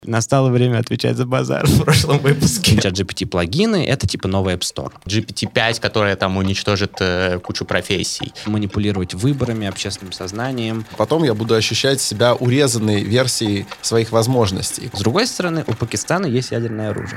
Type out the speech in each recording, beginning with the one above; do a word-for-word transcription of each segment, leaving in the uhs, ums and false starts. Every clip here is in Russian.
Настало время отвечать за базар в прошлом выпуске. ChatGPT плагины — это типа новый App Store. джи пи ти пять, которая там уничтожит э, кучу профессий. Манипулировать выборами, общественным сознанием. Потом я буду ощущать себя урезанной версией своих возможностей. С другой стороны, у Пакистана есть ядерное оружие.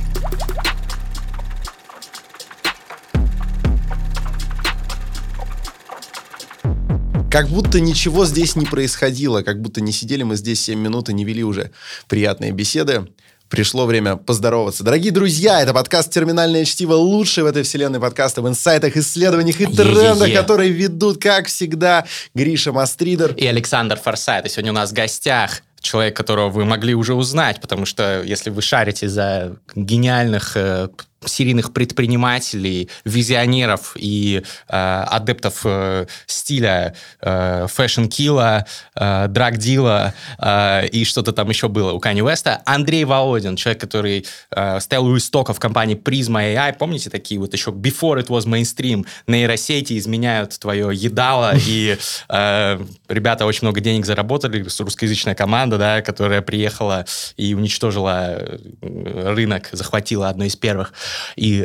Как будто ничего здесь не происходило, как будто не сидели мы здесь семь минут и не вели уже приятные беседы. Пришло время поздороваться. Дорогие друзья, это подкаст «Терминальное чтиво», лучший в этой вселенной подкаст об инсайтах, исследованиях и трендах, Е-е-е. которые ведут, как всегда, Гриша Мастридер. И Александр Форсайт. И сегодня у нас в гостях человек, которого вы могли уже узнать, потому что если вы шарите за гениальных э, серийных предпринимателей, визионеров и э, адептов э, стиля э, фэшн-килла, э, драг-дила э, и что-то там еще было у Канье Уэста. Андрей Володин, человек, который э, стоял у истоков компании Prisma эй ай. Помните такие вот еще before it was mainstream? Нейросети изменяют твое едало, и э, ребята очень много денег заработали. Русскоязычная команда, да, которая приехала и уничтожила рынок, захватила одно из первых. И,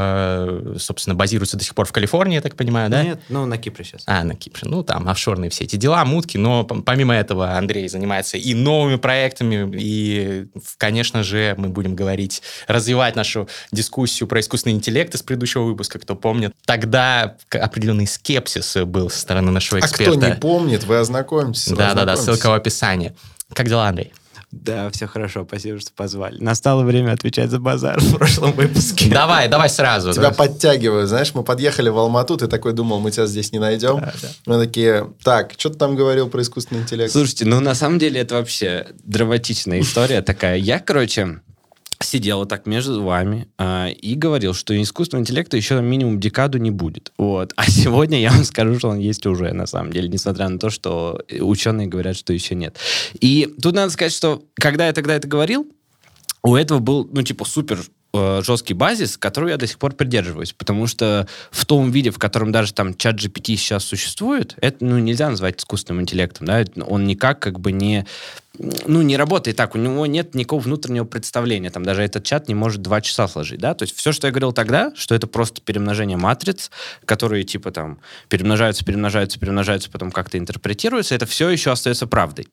э, собственно, базируется до сих пор в Калифорнии, я так понимаю, да? Нет, ну на Кипре сейчас. А, на Кипре. Ну, там офшорные все эти дела, мутки. Но помимо этого Андрей занимается и новыми проектами, и, конечно же, мы будем говорить, развивать нашу дискуссию про искусственный интеллект из предыдущего выпуска, кто помнит. Тогда определенный скепсис был со стороны нашего эксперта. А кто не помнит, вы ознакомьтесь. Да-да-да, ссылка в описании. Как дела, Андрей? Да, все хорошо, спасибо, что позвали. Настало время отвечать за базар в прошлом выпуске. Давай, давай сразу. Тебя да. подтягиваю, знаешь, мы подъехали в Алмату, ты такой думал, мы тебя здесь не найдем. Да, да. Мы такие, так, что ты там говорил про искусственный интеллект? Слушайте, ну на самом деле это вообще драматичная история такая. Я, короче... сидел вот так между вами э, и говорил, что искусственного интеллекта еще минимум декаду не будет. Вот. А сегодня я вам скажу, что он есть уже, на самом деле, несмотря на то, что ученые говорят, что еще нет. И тут надо сказать, что когда я тогда это говорил, у этого был, ну, типа, супер э, жесткий базис, которого я до сих пор придерживаюсь, потому что в том виде, в котором даже там ChatGPT сейчас существует, это, ну, нельзя назвать искусственным интеллектом, да, он никак как бы не... ну, не работает так, у него нет никакого внутреннего представления, там даже этот чат не может два часа сложить, да, то есть все, что я говорил тогда, что это просто перемножение матриц, которые типа там перемножаются, перемножаются, перемножаются, потом как-то интерпретируются, это все еще остается правдой.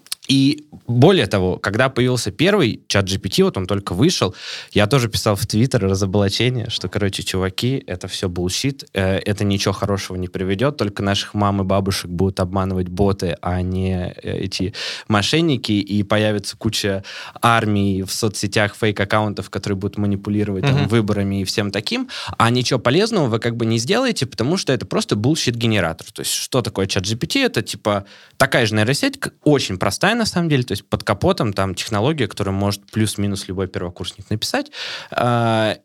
И более того, когда появился первый ChatGPT, вот он только вышел, я тоже писал в Твиттер разоблачение, что, короче, чуваки, это все булшит, э, это ничего хорошего не приведет, только наших мам и бабушек будут обманывать боты, а не э, эти мошенники, и появится куча армий в соцсетях, фейк-аккаунтов, которые будут манипулировать mm-hmm. там, выборами и всем таким, а ничего полезного вы как бы не сделаете, потому что это просто булшит-генератор. То есть что такое ChatGPT? Это типа такая же нейросеть, очень простая, на самом деле, то есть под капотом там технология, которую может плюс-минус любой первокурсник написать. А,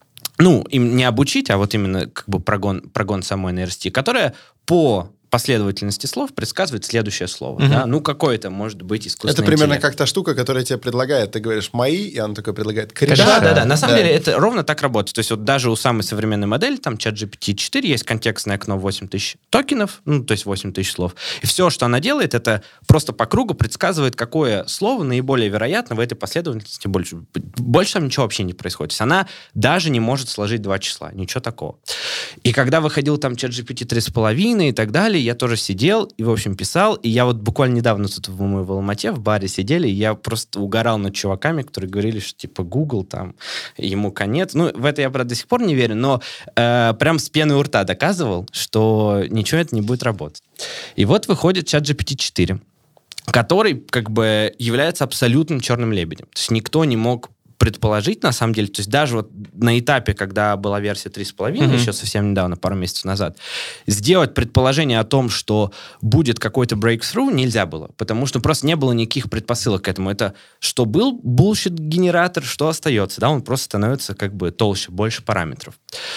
ну, им не обучить, а вот именно как бы прогон, прогон самой нейросети, которая по последовательности слов предсказывает следующее слово. Mm-hmm. Да? Ну, какое это может быть искусственный Это примерно интеллект. как та штука, которая тебе предлагает. Ты говоришь «мои», и она такой предлагает «кореша». Да, да, да. На самом да. деле это ровно так работает. То есть вот даже у самой современной модели, там ChatGPT четыре, есть контекстное окно восемь тысяч токенов, ну, то есть восемь тысяч слов. И все, что она делает, это просто по кругу предсказывает, какое слово наиболее вероятно в этой последовательности больше. Больше там ничего вообще не происходит. То есть она даже не может сложить два числа. Ничего такого. И когда выходил там ChatGPT три с половиной и так далее, я тоже сидел и, в общем, писал. И я вот буквально недавно тут в, мы в Алмате в баре сидели, и я просто угорал над чуваками, которые говорили, что типа Google там, ему конец. Ну, в это я, правда, до сих пор не верю, но э, прям с пены у рта доказывал, что ничего это не будет работать. И вот выходит ChatGPT четыре, который как бы является абсолютным черным лебедем. То есть никто не мог предположить, на самом деле, то есть даже вот на этапе, когда была версия три с половиной, mm-hmm. еще совсем недавно, пару месяцев назад, сделать предположение о том, что будет какой-то breakthrough, нельзя было, потому что просто не было никаких предпосылок к этому. Это что был bullshit-генератор, что остается, да, он просто становится как бы толще, больше параметров.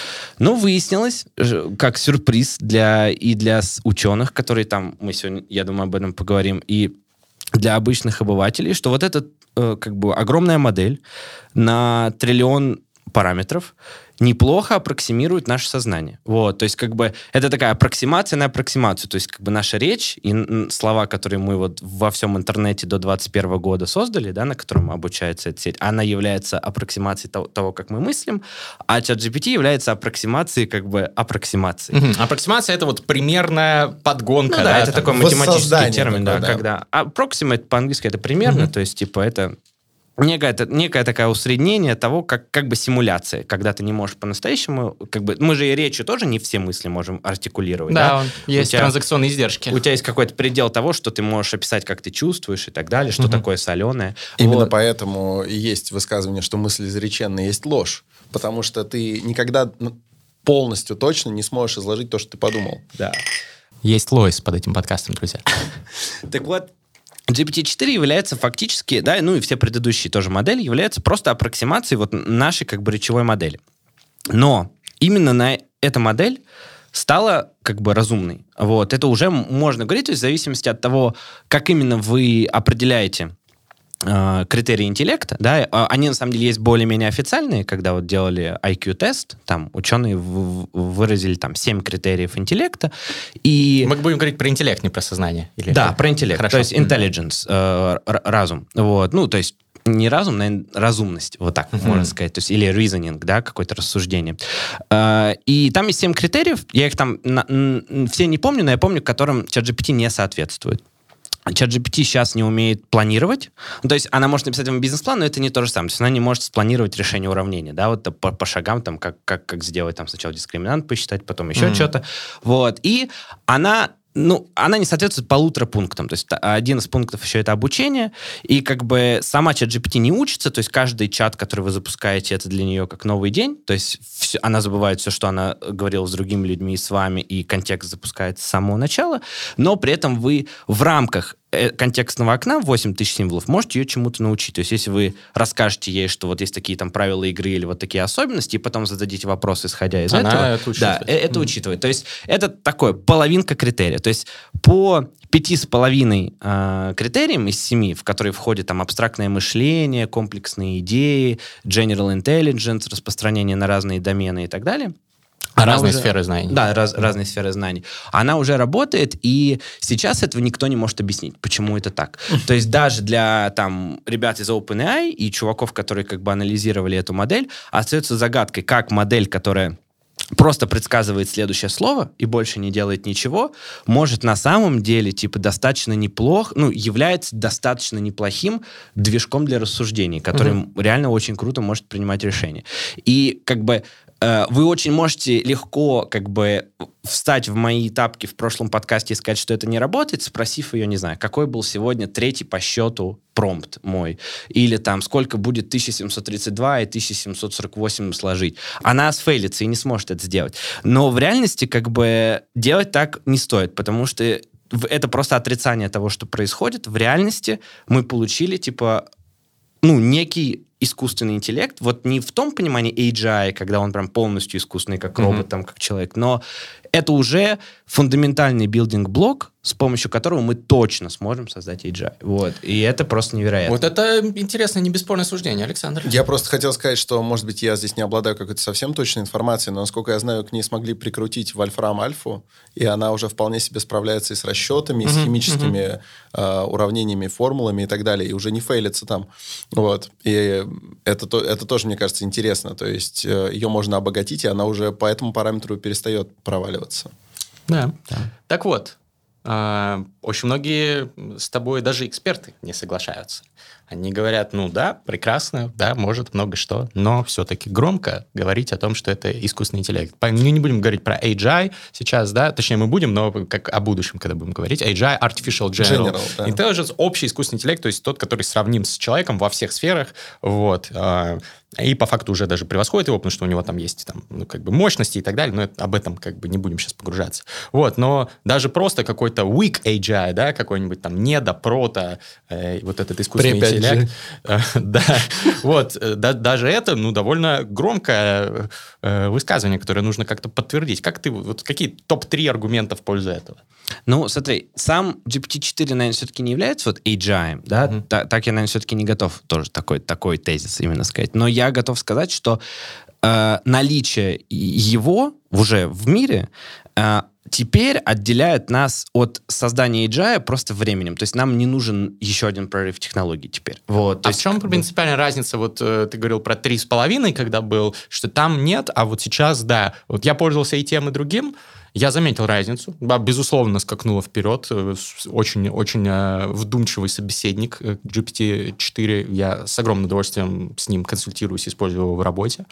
Но выяснилось, как сюрприз для, и для ученых, которые там, мы сегодня, я думаю, об этом поговорим, и для обычных обывателей, что вот эта э, как бы огромная модель на триллион параметров неплохо аппроксимирует наше сознание. Вот, то есть как бы это такая аппроксимация на аппроксимацию, то есть как бы наша речь и н- слова, которые мы вот во всем интернете до двадцать первого года создали, да, на котором обучается эта сеть, она является аппроксимацией того, того как мы мыслим, а ChatGPT является аппроксимацией как бы аппроксимации. Угу. Аппроксимация — это вот примерная подгонка. Ну, да, да, это там, такой математический такое, термин, да, да. когда approximate по-английски это примерно, Угу. то есть типа это Некое, это, некое такое усреднение того, как, как бы симуляция, когда ты не можешь по-настоящему, как бы, мы же и речью тоже не все мысли можем артикулировать. Да, Да, он, есть тебя, транзакционные издержки. У тебя есть какой-то предел того, что ты можешь описать, как ты чувствуешь и так далее, что Мгм. такое соленое. Именно Вот. поэтому и есть высказывание, что мысль изреченная есть ложь. Потому что ты никогда ну, полностью точно не сможешь изложить то, что ты подумал. Да. Есть Лоис под этим подкастом, друзья. Так вот, джи пи ти четыре является фактически, да, ну и все предыдущие тоже модели, являются просто аппроксимацией вот нашей как бы речевой модели. Но именно на эта модель стала как бы разумной. Вот. Это уже можно говорить, то есть в зависимости от того, как именно вы определяете э, критерии интеллекта, да, они на самом деле есть более-менее официальные, когда вот делали ай кью-тест, там ученые в- в- выразили там семь критериев интеллекта, и... Мы будем говорить про интеллект, не про сознание. Или Да, это? про интеллект, Хорошо. то есть intelligence, э, р- разум, вот, ну, то есть не разум, наверное, разумность, вот так Мгм. можно сказать, то есть или reasoning, да, какое-то рассуждение. Э, и там есть семь критериев, я их там на- н- все не помню, но я помню, которым ChatGPT не соответствует. ChatGPT сейчас не умеет планировать. Ну, то есть она может написать вам бизнес-план, но это не то же самое. То есть она не может спланировать решение уравнения, да, вот по, по шагам, там, как, как, как сделать там сначала дискриминант посчитать, потом еще Мгм. что-то. Вот. И она ну, она не соответствует полутора пунктам. То есть один из пунктов еще это обучение, и как бы сама ChatGPT не учится, то есть каждый чат, который вы запускаете, это для нее как новый день, то есть все, она забывает все, что она говорила с другими людьми и с вами, и контекст запускается с самого начала, но при этом вы в рамках контекстного окна восемь тысяч символов можете ее чему-то научить. То есть если вы расскажете ей, что вот есть такие там правила игры или вот такие особенности, и потом зададите вопрос, исходя из Она этого. это учитывает. Да, это mm. учитывает. То есть это такое половинка критерия. То есть по пяти с половиной э, критериям из семи, в которые входит там абстрактное мышление, комплексные идеи, general intelligence, распространение на разные домены и так далее, Она разные уже, сферы знаний. Да, раз, разные сферы знаний. Она уже работает, и сейчас этого никто не может объяснить, почему это так. То есть даже для там, ребят из OpenAI и чуваков, которые как бы анализировали эту модель, остается загадкой, как модель, которая просто предсказывает следующее слово и больше не делает ничего, может на самом деле типа достаточно неплох, ну, является достаточно неплохим движком для рассуждений, который mm-hmm. реально очень круто может принимать решения. И как бы вы очень можете легко как бы встать в мои тапки в прошлом подкасте и сказать, что это не работает, спросив ее, не знаю, какой был сегодня третий по счету промпт мой, или там сколько будет тысяча семьсот тридцать два и тысяча семьсот сорок восемь сложить. Она сфейлится и не сможет это сделать. Но в реальности как бы делать так не стоит, потому что это просто отрицание того, что происходит. В реальности мы получили типа ну, некий искусственный интеллект, вот не в том понимании эй джи ай, когда он прям полностью искусственный, как робот, mm-hmm. там, как человек, но это уже фундаментальный билдинг-блок, с помощью которого мы точно сможем создать эй джи ай. Вот. И это просто невероятно. Вот это интересное, не бесспорное суждение, Александр. Я просто хотел сказать, что, может быть, я здесь не обладаю какой-то совсем точной информацией, но, насколько я знаю, к ней смогли прикрутить вольфрам альфу, и она уже вполне себе справляется и с расчетами, и с Mm-hmm. химическими Mm-hmm. э, уравнениями, формулами и так далее, и уже не фейлится там. Вот. И это, то, это тоже, мне кажется, интересно. То есть э, ее можно обогатить, и она уже по этому параметру перестает проваливаться. Да. да. Так вот, э, очень многие с тобой, даже эксперты, не соглашаются. Они говорят, ну да, прекрасно, да, может много что, но все-таки громко говорить о том, что это искусственный интеллект. Мы не будем говорить про эй джи ай сейчас, да, точнее мы будем, но как о будущем, когда будем говорить. эй джи ай, Artificial General, General да. Intelligence, общий искусственный интеллект, то есть тот, который сравним с человеком во всех сферах, вот, и по факту уже даже превосходит его, потому что у него там есть там, ну, как бы мощности и так далее, но это, об этом как бы не будем сейчас погружаться. Вот, но даже просто какой-то weak эй джи ай, да, какой-нибудь там недо, прото, э, вот этот искусственный интеллект, э, да, вот, э, да, даже это, ну, довольно громкое э, высказывание, которое нужно как-то подтвердить. Как ты, вот какие топ-три аргумента в пользу этого? Ну, смотри, сам джи пи ти четыре, наверное, все-таки не является вот эй джи ай, да, Mm-hmm. Та, так я, наверное, все-таки не готов тоже такой, такой тезис именно сказать, но я готов сказать, что э, наличие его уже в мире э, теперь отделяет нас от создания эй джи ай просто временем. То есть нам не нужен еще один прорыв технологий теперь. Вот, а есть, в чем как принципиальная бы... разница? Вот э, ты говорил про три с половиной, когда был, что там нет, а вот сейчас да. Вот я пользовался и тем, и другим. Я заметил разницу. Да, безусловно, скакнуло вперед. Очень, очень э, вдумчивый собеседник джи пи ти четыре. Я с огромным удовольствием с ним консультируюсь, использую его в работе.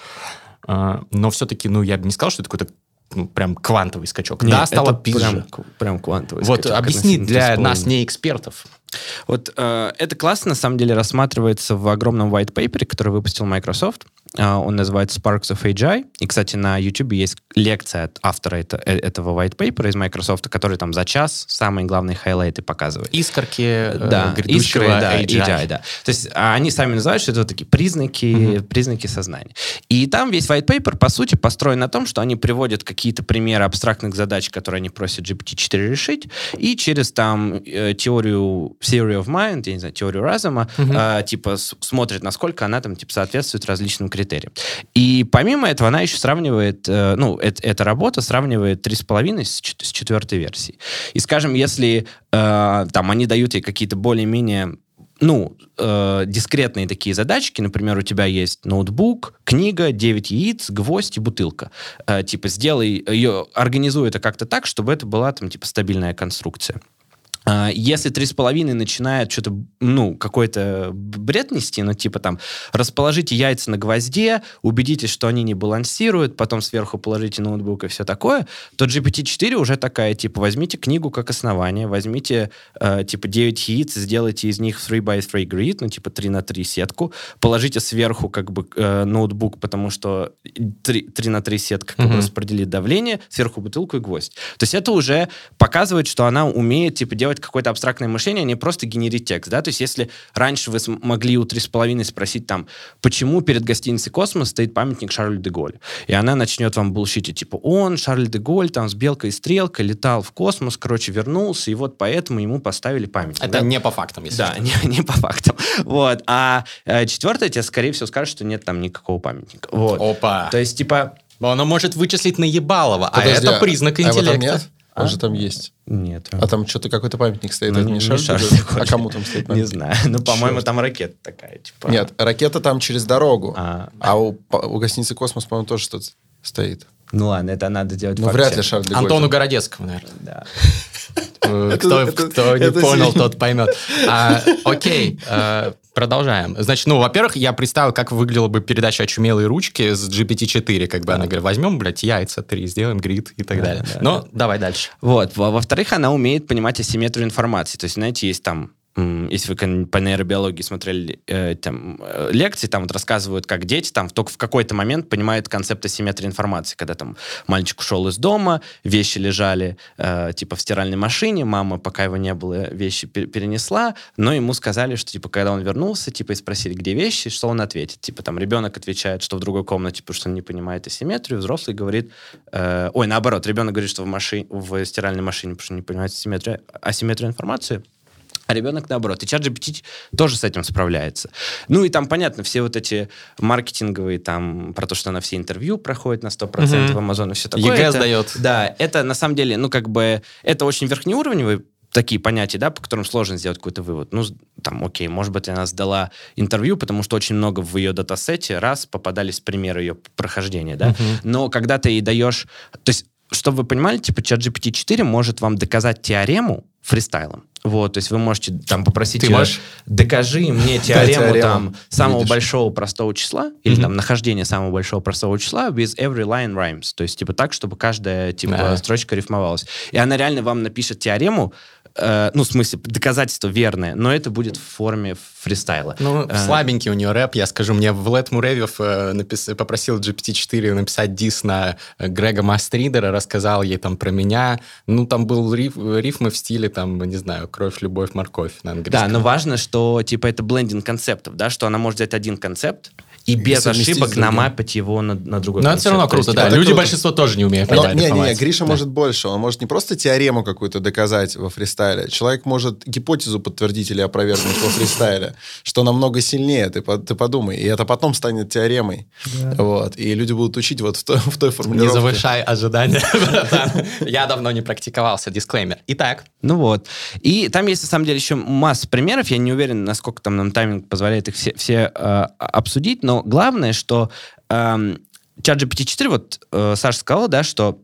Э, но все-таки, ну, я бы не сказал, что это какой-то ну, прям квантовый скачок. Нет, да, стало это прям, прям квантовый вот скачок. Вот объясни для нас, не экспертов. Вот э, это классно, на самом деле, рассматривается в огромном white paper, который выпустил Microsoft. Uh, он называется Sparks of эй джи ай. И, кстати, на YouTube есть лекция от автора это, этого white paper из Microsoft, который там за час самые главные хайлайты показывает. Искорки да, э, грядущего искры, да, эй джи ай. эй джи ай, да. То есть они сами называют, что это вот такие признаки, uh-huh. признаки сознания. И там весь white paper, по сути, построен на том, что они приводят какие-то примеры абстрактных задач, которые они просят джи пи ти четыре решить, и через там э, теорию theory of mind, я не знаю, теорию разума, uh-huh. э, типа с- смотрят, насколько она там типа соответствует различным критериям. И помимо этого она еще сравнивает, э, ну, это, эта работа сравнивает три с половиной с, с четвертой версией. И, скажем, если э, там они дают ей какие-то более-менее ну, э, дискретные такие задачки, например, у тебя есть ноутбук, книга, девять яиц, гвоздь и бутылка. Э, типа, сделай ее, организуй это как-то так, чтобы это была там, типа, стабильная конструкция. Если три с половиной начинает что-то, ну, какой-то бред нести, ну, типа там, расположите яйца на гвозде, убедитесь, что они не балансируют, потом сверху положите ноутбук и все такое, то джи пи ти четыре уже такая, типа, возьмите книгу как основание, возьмите, э, типа, девять яиц, сделайте из них три by три grid, ну, типа, три на три сетку, положите сверху, как бы, э, ноутбук, потому что три на три сетка, как бы, mm-hmm. распределит давление, сверху бутылку и гвоздь. То есть это уже показывает, что она умеет, типа, делать какое-то абстрактное мышление, а не просто генерить текст, да, то есть если раньше вы могли у три с половиной спросить там, почему перед гостиницей «Космос» стоит памятник Шарлю де Голлю, и она начнет вам булщитить, типа, он, Шарль де Голль, там, с белкой и стрелкой летал в космос, короче, вернулся, и вот поэтому ему поставили памятник. Это да? не по фактам, если Да, не, не по фактам. Вот, а э, четвертое тебе, скорее всего, скажет, что нет там никакого памятника. Вот. Опа! То есть, типа... Оно может вычислить наебалово, Подожди, а это признак а интеллекта. нет? Он А? же там есть. Нет. А там что-то какой-то памятник стоит. Ну, это не, не не Шарль Шарль де де Голль? Голль. А кому там стоит Не памятник? знаю. Ну, по-моему, Черт. там ракета такая, типа... Нет, ракета там через дорогу. А, А у, у гостиницы «Космос», по-моему, тоже что-то стоит. ну ладно, это надо делать Ну, факт вряд ли чек. Шарль де Голль. Антону Городецкому, наверное. Да. Кто, это- кто не это понял, сильно. тот поймет. А, окей, э, продолжаем. Значит, ну, во-первых, я представил, как выглядела бы передача «Очумелые ручки» с джи пи ти четыре, как бы она говорит, возьмем, блядь, яйца три, сделаем грид и так Да, далее. да, Но да. давай дальше. Вот. Во- Во-вторых, она умеет понимать асимметрию информации. То есть, знаете, есть там, м, если вы кон- по нейробиологии смотрели э, там, э, лекции, там вот рассказывают, как дети там только в какой-то момент понимают концепт асимметрии информации. Когда там мальчик ушел из дома, вещи лежали э, типа в стиральной машине, мама, пока его не было, вещи пер- перенесла, но ему сказали, что типа когда он вернулся, типа и спросили, где вещи, что он ответит. Типа там ребенок отвечает, что в другой комнате, потому что он не понимает асимметрию, взрослый говорит, э, ой, наоборот, ребенок говорит, что в, машине, в стиральной машине, потому что не понимает асимметрию, асимметрию информации. А ребенок наоборот. И чат джи пи ти тоже с этим справляется. Ну и там, понятно, все вот эти маркетинговые там, про то, что она все интервью проходит на сто процентов Мгм. в Амазон и все такое. ЕГЭ это- сдает. Да, это на самом деле, ну как бы, это очень верхнеуровневые такие понятия, да, по которым сложно сделать какой-то вывод. Ну, там, окей, может быть, она сдала интервью, потому что очень много в ее датасете раз попадались примеры ее прохождения, да. Мгм. Но когда ты ей даешь... То есть, чтобы вы понимали, типа, чат джи пи ти четыре может вам доказать теорему фристайлом. Вот, то есть вы можете там попросить Ты её, можешь? докажи мне теорему теорему. там самого Видишь. большого простого числа, или Мгм. там нахождение самого большого простого числа with every line rhymes. То есть, типа, так, чтобы каждая, типа, Да. строчка рифмовалась. И она реально вам напишет теорему, э, ну, в смысле, доказательство верное, но это будет в форме фристайла. Ну, Э, слабенький у нее рэп, я скажу. Мне Влад Муревьев э, напис- попросил джи пи ти четыре написать дис на э, Грега Мастридера, рассказал ей там про меня. Ну, там был риф, рифмы в стиле, там, не знаю, кровь, любовь, морковь на английском. Да, но важно, что, типа, это блендинг концептов, да, что она может взять один концепт и без совместить с ошибок другим. намапать его на, на другой Но это концепт. все равно То есть, круто, типа, да. это Люди круто. большинство тоже не умеют Но, понимать не, не, не, информацию. Гриша Да. может больше. Он может не просто теорему какую-то доказать во фристайле. Человек может гипотезу подтвердить или опровергнуть во фристайле. что, что намного сильнее, ты, ты подумай. И это потом станет теоремой. Да. Вот. И люди будут учить вот в той, в той формулировке. Не завышай ожидания, братан. Я давно не практиковался, дисклеймер. Итак. Ну вот. И там есть, на самом деле, еще масса примеров. Я не уверен, насколько там нам тайминг позволяет их все, все э, обсудить, но главное, что э, чат джи пи ти четыре, вот э, Саша сказала, да, что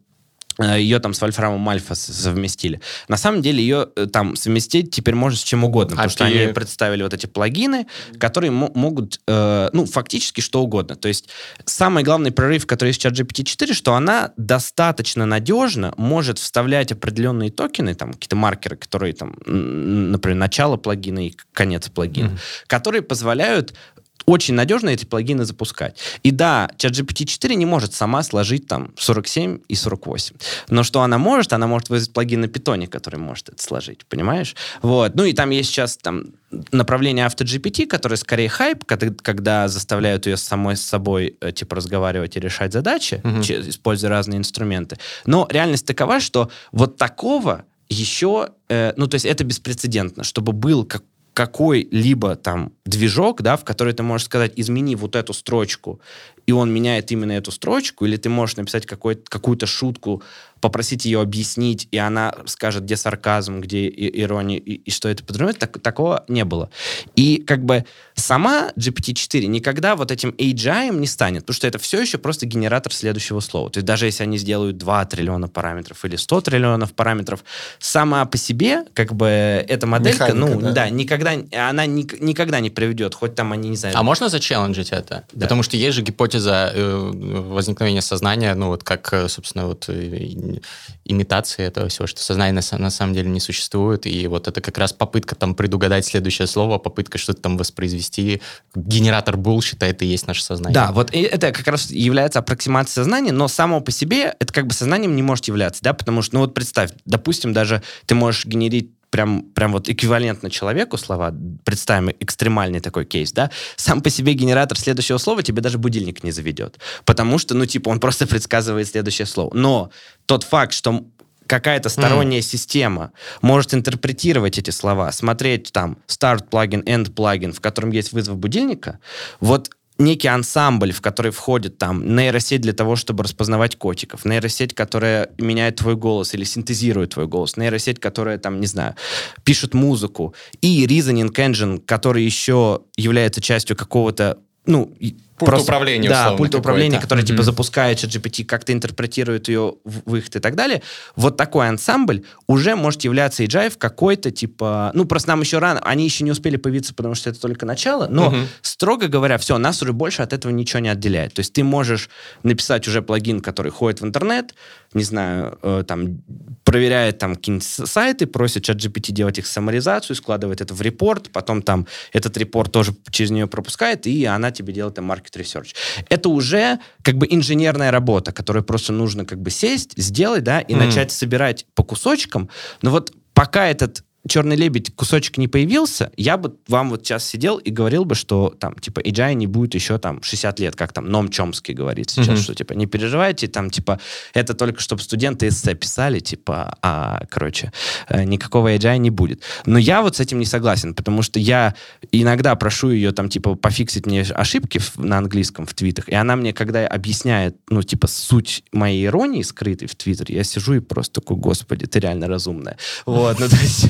ее там с Вольфрамом Альфа совместили. На самом деле ее там совместить теперь можно с чем угодно, а потому что они представили вот эти плагины, которые м- могут, э, ну, фактически что угодно. То есть самый главный прорыв, который есть в чат джи пи ти четыре, что она достаточно надежно может вставлять определенные токены, там какие-то маркеры, которые там, например, начало плагина и конец плагина, mm-hmm. которые позволяют очень надежно эти плагины запускать. И да, чат джи пи ти четыре не может сама сложить там сорок семь и сорок восемь. Но что она может? Она может вызвать плагин на питоне, который может это сложить. Понимаешь? Вот. Ну и там есть сейчас там направление AutoGPT, джи пи ти, которое скорее хайп, когда, когда заставляют ее самой с собой типа разговаривать и решать задачи, mm-hmm. ч- используя разные инструменты. Но реальность такова, что вот такого еще... Э, ну то есть это беспрецедентно, чтобы был как какой-либо там движок, да, в который ты можешь сказать, измени вот эту строчку, и он меняет именно эту строчку, или ты можешь написать какую-то шутку, попросить ее объяснить, и она скажет, где сарказм, где и- ирония, и, и что это подразумевает, так, такого не было. И как бы сама джи пи ти четыре никогда вот этим эй джи ай не станет, потому что это все еще просто генератор следующего слова. То есть даже если они сделают два триллиона параметров или сто триллионов параметров, сама по себе, как бы, эта моделька, Механика, ну, да, да никогда, она ни, никогда не приведет, хоть там они, не знаю... А можно зачелленджить это? Да. Потому что есть же гипотеза э, возникновения сознания, ну, вот как, собственно, вот... Э, имитации этого всего, что сознание на, на самом деле не существует, и вот это как раз попытка там предугадать следующее слово, попытка что-то там воспроизвести. Генератор булшита — это и есть наше сознание. Да, вот это как раз является аппроксимацией сознания, но само по себе это как бы сознанием не может являться, да, потому что, ну вот представь, допустим, даже ты можешь генерить прям, прям вот эквивалентно человеку слова, представим экстремальный такой кейс, да, сам по себе генератор следующего слова тебе даже будильник не заведет, потому что, ну, типа, он просто предсказывает следующее слово. Но тот факт, что какая-то сторонняя mm. система может интерпретировать эти слова, смотреть там start плагин, end плагин, в котором есть вызов будильника, вот некий ансамбль, в который входит там нейросеть для того, чтобы распознавать котиков, нейросеть, которая меняет твой голос или синтезирует твой голос, нейросеть, которая там, не знаю, пишет музыку, и Reasoning Engine, который еще является частью какого-то, ну, пульт просто, управления, да, пульт управления, который mm-hmm. типа запускает чат джи пи ти, как-то интерпретирует ее выход и так далее. Вот такой ансамбль уже может являться эй джи ай в какой-то типа... Ну, просто нам еще рано, они еще не успели появиться, потому что это только начало, но, mm-hmm. строго говоря, все, нас уже больше от этого ничего не отделяет. То есть ты можешь написать уже плагин, который ходит в интернет, не знаю, э, там, проверяет там какие-нибудь сайты, просит чат джи пи ти делать их саммаризацию, складывает это в репорт, потом там этот репорт тоже через нее пропускает, и она тебе делает там market research. Это уже как бы инженерная работа, которую просто нужно как бы сесть, сделать, да, и mm-hmm. начать собирать по кусочкам. Но вот пока этот черный лебедь кусочек не появился, я бы вам вот сейчас сидел и говорил бы, что там, типа, эй джи ай не будет еще там шестьдесят лет, как там Ном Чомский говорит сейчас, mm-hmm. что, типа, не переживайте, там, типа, это только чтобы студенты эссе писали, типа, а, короче, никакого эй джи ай не будет. Но я вот с этим не согласен, потому что я иногда прошу ее, там, типа, пофиксить мне ошибки в, на английском в твитах, и она мне, когда объясняет, ну, типа, суть моей иронии скрытой в твиттере, я сижу и просто такой, господи, ты реально разумная. Вот, ну, то есть,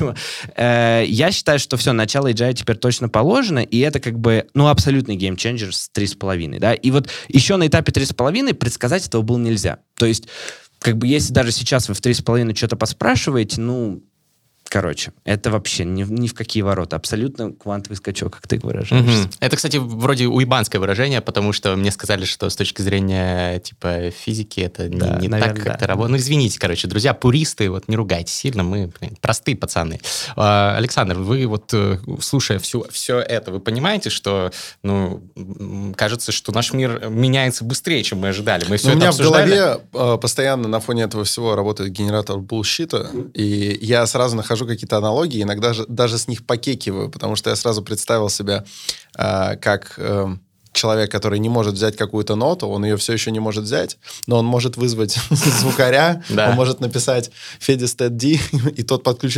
я считаю, что все, начало эй джи ай теперь точно положено, и это как бы, ну, абсолютный геймченджер с три с половиной, да, и вот еще на этапе три с половиной предсказать этого было нельзя. То есть, как бы, если даже сейчас вы в три с половиной что-то поспрашиваете, ну, короче, это вообще ни, ни в какие ворота. Абсолютно квантовый скачок, как ты выражаешься. Mm-hmm. Это, кстати, вроде уебанское выражение, потому что мне сказали, что с точки зрения типа физики это да, не, не наверное, так как-то да. работает. Ну, извините, короче, друзья, пуристы, вот не ругайтесь сильно, мы, блин, простые пацаны. А, Александр, вы вот, слушая всю, все это, вы понимаете, что, ну, кажется, что наш мир меняется быстрее, чем мы ожидали. Мы все это обсуждали. У меня в голове постоянно на фоне этого всего работает генератор булшита, и я сразу нахожу какие-то аналогии, иногда же, даже с них покекиваю, потому что я сразу представил себя э, как э, человек, который не может взять какую-то ноту, он ее все еще не может взять, но он может вызвать звукаря, он может написать Федя Стэд Ди, и тот подключит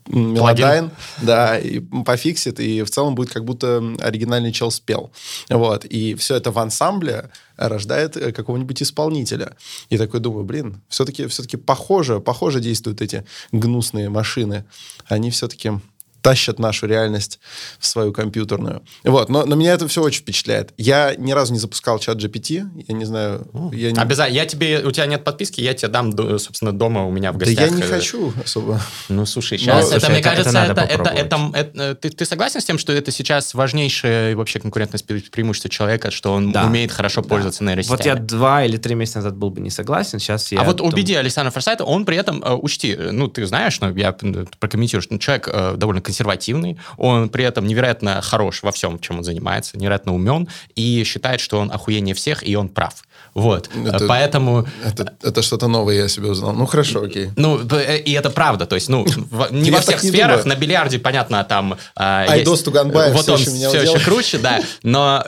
мелодайн, да, и пофиксит, и в целом будет как будто оригинальный чел спел. Вот. И все это в ансамбле рождает какого-нибудь исполнителя. И такой думаю, блин, все-таки, все-таки похоже, похоже действуют эти гнусные машины. Они все-таки тащат нашу реальность в свою компьютерную. Вот, но, но меня это все очень впечатляет. Я ни разу не запускал чат джи пи ти, я не знаю... Я не... Обязательно. Я тебе... У тебя нет подписки, я тебе дам, собственно, дома у меня в гостях. Да я не хочу особо. Ну, слушай, сейчас... Но, это, слушай, мне это, кажется, это, это... это, это, это, это ты, ты согласен с тем, что это сейчас важнейшее вообще конкурентное преимущество человека, что он да. умеет хорошо да. пользоваться нейросетями? Вот я два или три месяца назад был бы не согласен, сейчас я... А вот дум... убеди Александра Форсайта, он при этом, учти, ну, ты знаешь, но я прокомментирую, что человек довольно консервативный, он при этом невероятно хорош во всем, чем он занимается, невероятно умен и считает, что он охуеннее всех, и он прав. Вот. Это, Поэтому... Это, это что-то новое я себе узнал. Ну, хорошо, окей. Ну, и это правда. То есть, ну, не во всех сферах. На бильярде, понятно, там... Айдос Туганбаев вот он все еще круче, да. Но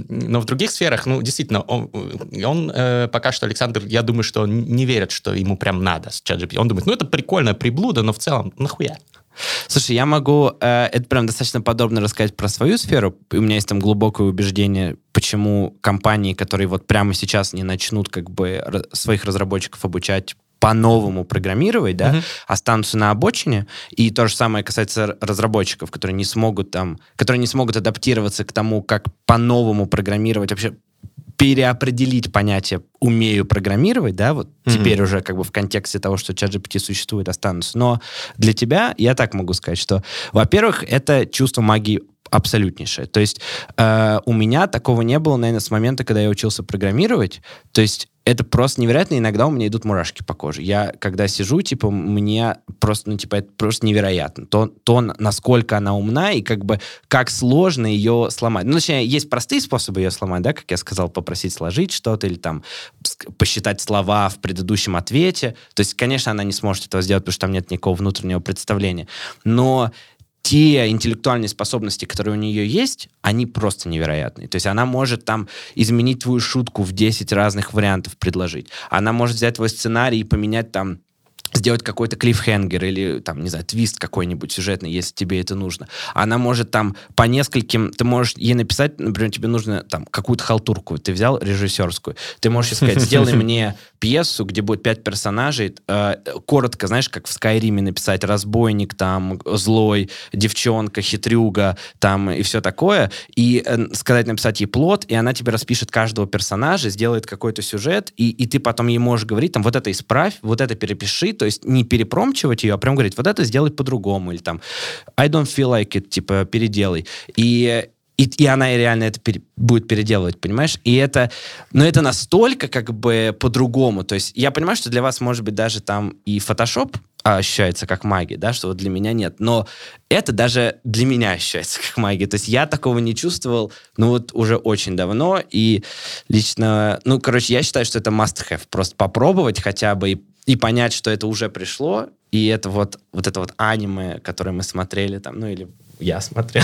в других сферах, ну, действительно, он пока что, Александр, я думаю, что он не верит, что ему прям надо с чат джи пи ти. Он думает, ну, это прикольная приблуда, но в целом, нахуя? Слушай, я могу э, это прям достаточно подробно рассказать про свою сферу. У меня есть там глубокое убеждение, почему компании, которые вот прямо сейчас не начнут как бы р- своих разработчиков обучать по-новому программировать, да, mm-hmm. останутся на обочине. И то же самое касается разработчиков, которые не смогут там, которые не смогут адаптироваться к тому, как по-новому программировать, вообще переопределить понятие «умею программировать», да, вот mm-hmm. теперь уже как бы в контексте того, что чат джи пи ти существует, останутся. Но для тебя я так могу сказать, что, во-первых, это чувство магии абсолютнейшее. То есть э, у меня такого не было, наверное, с момента, когда я учился программировать. То есть это просто невероятно. Иногда у меня идут мурашки по коже. Я, когда сижу, типа, мне просто, ну, типа, это просто невероятно. То, то, насколько она умна и как бы, как сложно ее сломать. Ну, точнее, есть простые способы ее сломать, да, как я сказал, попросить сложить что-то или там посчитать слова в предыдущем ответе. То есть, конечно, она не сможет этого сделать, потому что там нет никакого внутреннего представления. Но те интеллектуальные способности, которые у нее есть, они просто невероятные. То есть она может там изменить твою шутку в десять разных вариантов предложить. Она может взять твой сценарий и поменять там, сделать какой-то клиффхенгер или, там, не знаю, твист какой-нибудь сюжетный, если тебе это нужно. Она может там по нескольким... Ты можешь ей написать, например, тебе нужно там какую-то халтурку. Ты взял режиссерскую. Ты можешь сказать, сделай мне пьесу, где будет пять персонажей. Э, коротко, знаешь, как в Скайриме написать разбойник, там, злой, девчонка, хитрюга, там, и все такое. И э, сказать, написать ей плот, и она тебе распишет каждого персонажа, сделает какой-то сюжет, и, и ты потом ей можешь говорить, там, вот это исправь, вот это перепиши, то есть не перепромчивать ее, а прям говорить, вот это сделай по-другому, или там I don't feel like it, типа, переделай. И, и, и она реально это пере, будет переделывать, понимаешь? И это, но это настолько как бы по-другому. То есть я понимаю, что для вас, может быть, даже там и Photoshop ощущается как магия, да, что вот для меня нет. Но это даже для меня ощущается как магия. То есть я такого не чувствовал, ну вот уже очень давно. И лично, ну, короче, я считаю, что это must-have. Просто попробовать хотя бы и И понять, что это уже пришло, и это вот, вот это вот аниме, которое мы смотрели там, ну или я смотрел,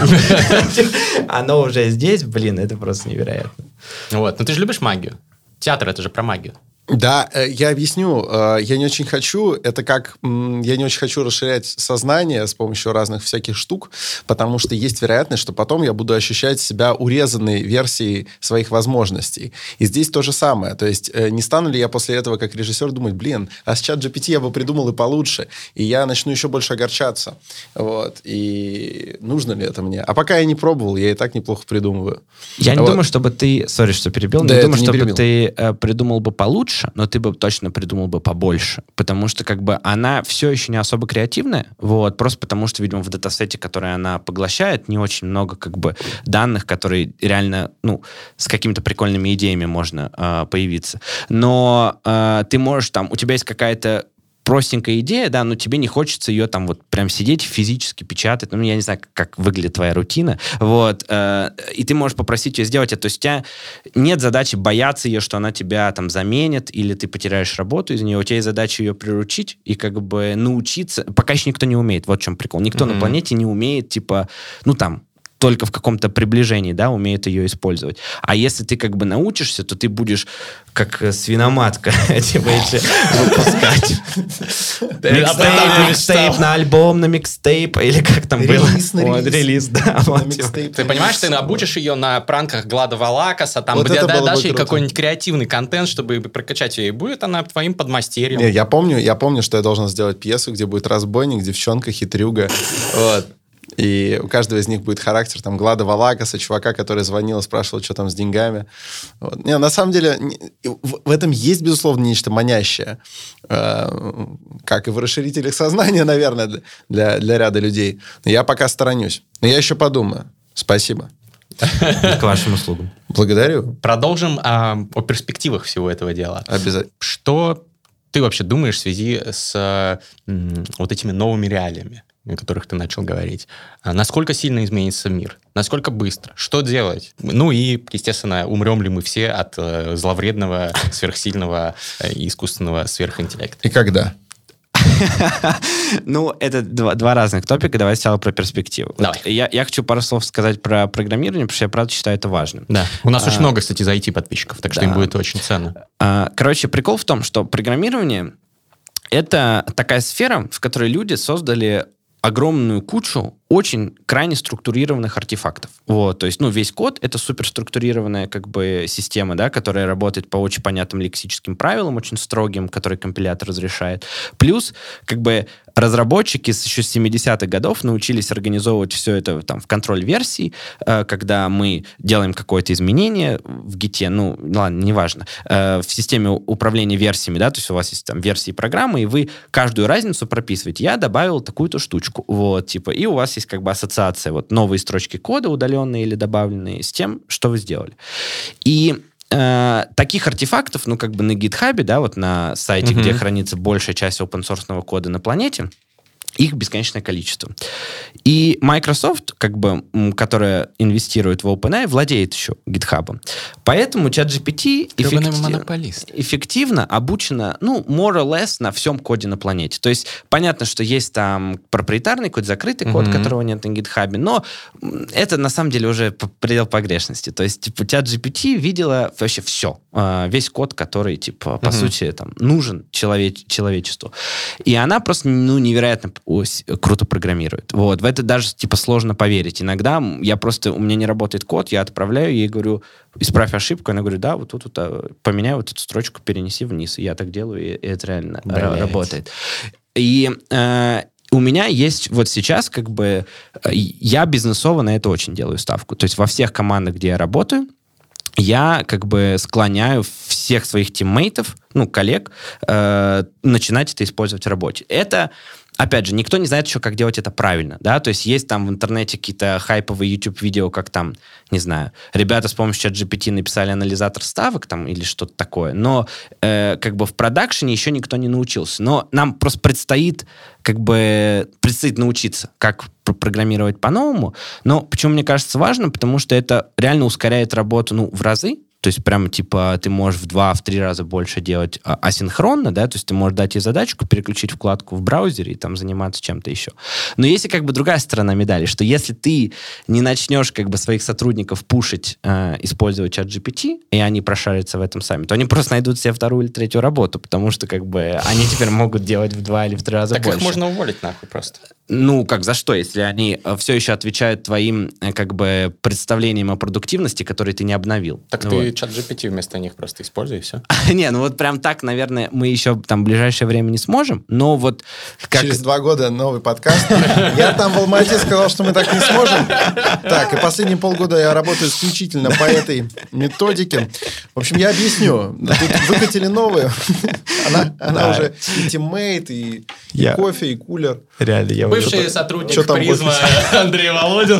оно уже здесь, блин, это просто невероятно. Вот, ну ты же любишь магию. Театр — это же про магию. Да, я объясню. Я не очень хочу, это как, я не очень хочу расширять сознание с помощью разных всяких штук, потому что есть вероятность, что потом я буду ощущать себя урезанной версией своих возможностей. И здесь то же самое. То есть не стану ли я после этого как режиссер думать, блин, а с чат джи пи ти я бы придумал и получше, и я начну еще больше огорчаться. Вот. И нужно ли это мне? А пока я не пробовал, я и так неплохо придумываю. Я не вот. думаю, чтобы ты, сори, что перебил, да, не думаю, не чтобы перебил. ты э, придумал бы получше, но ты бы точно придумал бы побольше. Потому что как бы она все еще не особо креативная, вот, просто потому что, видимо, в датасете, который она поглощает, не очень много как бы данных, которые реально, ну, с какими-то прикольными идеями можно э, появиться. Но э, ты можешь там, у тебя есть какая-то простенькая идея, да, но тебе не хочется ее там вот прям сидеть физически печатать, ну, я не знаю, как выглядит твоя рутина, вот, э, и ты можешь попросить ее сделать это, то есть у тебя нет задачи бояться ее, что она тебя там заменит, или ты потеряешь работу из нее, у тебя есть задача ее приручить и как бы научиться, пока еще никто не умеет, вот в чем прикол, никто mm-hmm. на планете не умеет, типа, ну, там, только в каком-то приближении, да, умеет ее использовать. А если ты как бы научишься, то ты будешь как свиноматка типа выпускать. Микстейп на альбом, на микстейп, или как там было? Релиз, да. Ты понимаешь, ты обучишь ее на пранках Глада Валакаса, там дашь ей какой-нибудь креативный контент, чтобы прокачать ее, и будет она твоим подмастерьем. Я помню, я помню, что я должен сделать пьесу, где будет разбойник, девчонка, хитрюга, вот. И у каждого из них будет характер, там, Глада Валакаса, чувака, который звонил и спрашивал, что там с деньгами. Вот. Не, на самом деле, в, в этом есть, безусловно, нечто манящее. Э, как и в расширителях сознания, наверное, для, для, для ряда людей. Но я пока сторонюсь. Но я еще подумаю. Спасибо. К вашим услугам. Благодарю. Продолжим а, о перспективах всего этого дела. Обязательно. Что ты вообще думаешь в связи с м, вот этими новыми реалиями, о которых ты начал говорить? А насколько сильно изменится мир? Насколько быстро? Что делать? Ну и, естественно, умрем ли мы все от э, зловредного, сверхсильного э, искусственного сверхинтеллекта? И когда? Ну, это два, два разных топика. Давай сначала про перспективу. Давай. Вот я, я хочу пару слов сказать про программирование, потому что я, правда, считаю это важным. Да. У нас а, очень много, кстати, за ай ти-подписчиков, так да. что им будет очень ценно. А, короче, прикол в том, что программирование — это такая сфера, в которой люди создали огромную кучу очень крайне структурированных артефактов. Вот, то есть, ну, весь код — это суперструктурированная как бы система, да, которая работает по очень понятным лексическим правилам, очень строгим, которые компилятор разрешает. Плюс, как бы, разработчики с еще с семидесятых годов научились организовывать все это там в контроль версий, э, когда мы делаем какое-то изменение в гите, ну, ладно, неважно, э, в системе управления версиями, да, то есть у вас есть там версии программы, и вы каждую разницу прописываете. Я добавил такую-то штучку, вот, типа, и у вас есть как бы ассоциация, вот, новые строчки кода, удаленные или добавленные, с тем, что вы сделали. И э, таких артефактов, ну, как бы на GitHub, да, вот на сайте, mm-hmm. где хранится большая часть open-source кода на планете, их бесконечное количество. И Microsoft, как бы, которая инвестирует в OpenAI, владеет еще GitHub. Поэтому ChatGPT эффектив... эффективно обучена, ну, more or less на всем коде на планете. То есть понятно, что есть там проприетарный код, закрытый код, mm-hmm. которого нет на GitHub, но это на самом деле уже предел погрешности. То есть, типа, ChatGPT видела вообще все. Весь код, который, типа, по mm-hmm. сути, там, нужен человеч... человечеству. И она просто, ну, невероятно круто программирует. Вот. В это даже, типа, сложно поверить. Иногда я просто, у меня не работает код, я отправляю ей, говорю, исправь ошибку. Она говорит, да, вот тут вот, поменяй вот эту строчку, перенеси вниз. И я так делаю, и это реально Блять. работает. И э, у меня есть вот сейчас, как бы, я бизнесово на это очень делаю ставку. То есть во всех командах, где я работаю, я как бы склоняю всех своих тиммейтов, ну, коллег, э, начинать это использовать в работе. Это, опять же, никто не знает еще, как делать это правильно, да, то есть есть там в интернете какие-то хайповые YouTube-видео, как там, не знаю, ребята с помощью ChatGPT написали анализатор ставок там или что-то такое, но э, как бы в продакшене еще никто не научился, но нам просто предстоит как бы, предстоит научиться, как программировать по-новому, но почему мне кажется важно, потому что это реально ускоряет работу, ну, в разы. То есть прямо типа ты можешь в два, в три раза больше делать а- асинхронно, да, то есть ты можешь дать ей задачку, переключить вкладку в браузере и там заниматься чем-то еще. Но есть и как бы другая сторона медали, что если ты не начнешь как бы своих сотрудников пушить, э, использовать ChatGPT, и они прошарятся в этом сами, то они просто найдут себе вторую или третью работу, потому что как бы они теперь могут делать в два или в три раза так больше. Так их можно уволить нахуй просто. Ну, как за что, если они все еще отвечают твоим как бы представлениям о продуктивности, которые ты не обновил? Так вот. Ты ChatGPT вместо них просто используй, и все. Не, ну вот прям так, наверное, мы еще там в ближайшее время не сможем, но вот... Как... Через два года новый подкаст. Я там в Алмате сказал, что мы так не сможем. Так, и последние полгода я работаю исключительно по этой методике. В общем, я объясню. Тут выкатили новую. Она, она уже и тиммейт, и, и кофе, и кулер. Реально, я Бывший сотрудник Призма Андрей Володин.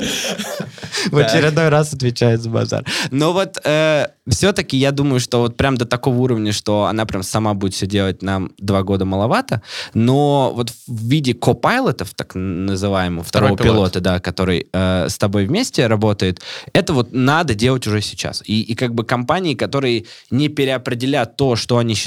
В очередной раз отвечает за базар. Но вот э, все-таки я думаю, что вот прям до такого уровня, что она прям сама будет все делать, нам два года маловато, но вот в виде копайлотов, так называемого, второго Второй пилота, да, который э, с тобой вместе работает, это вот надо делать уже сейчас. И, и как бы компании, которые не переопределят то, что они считают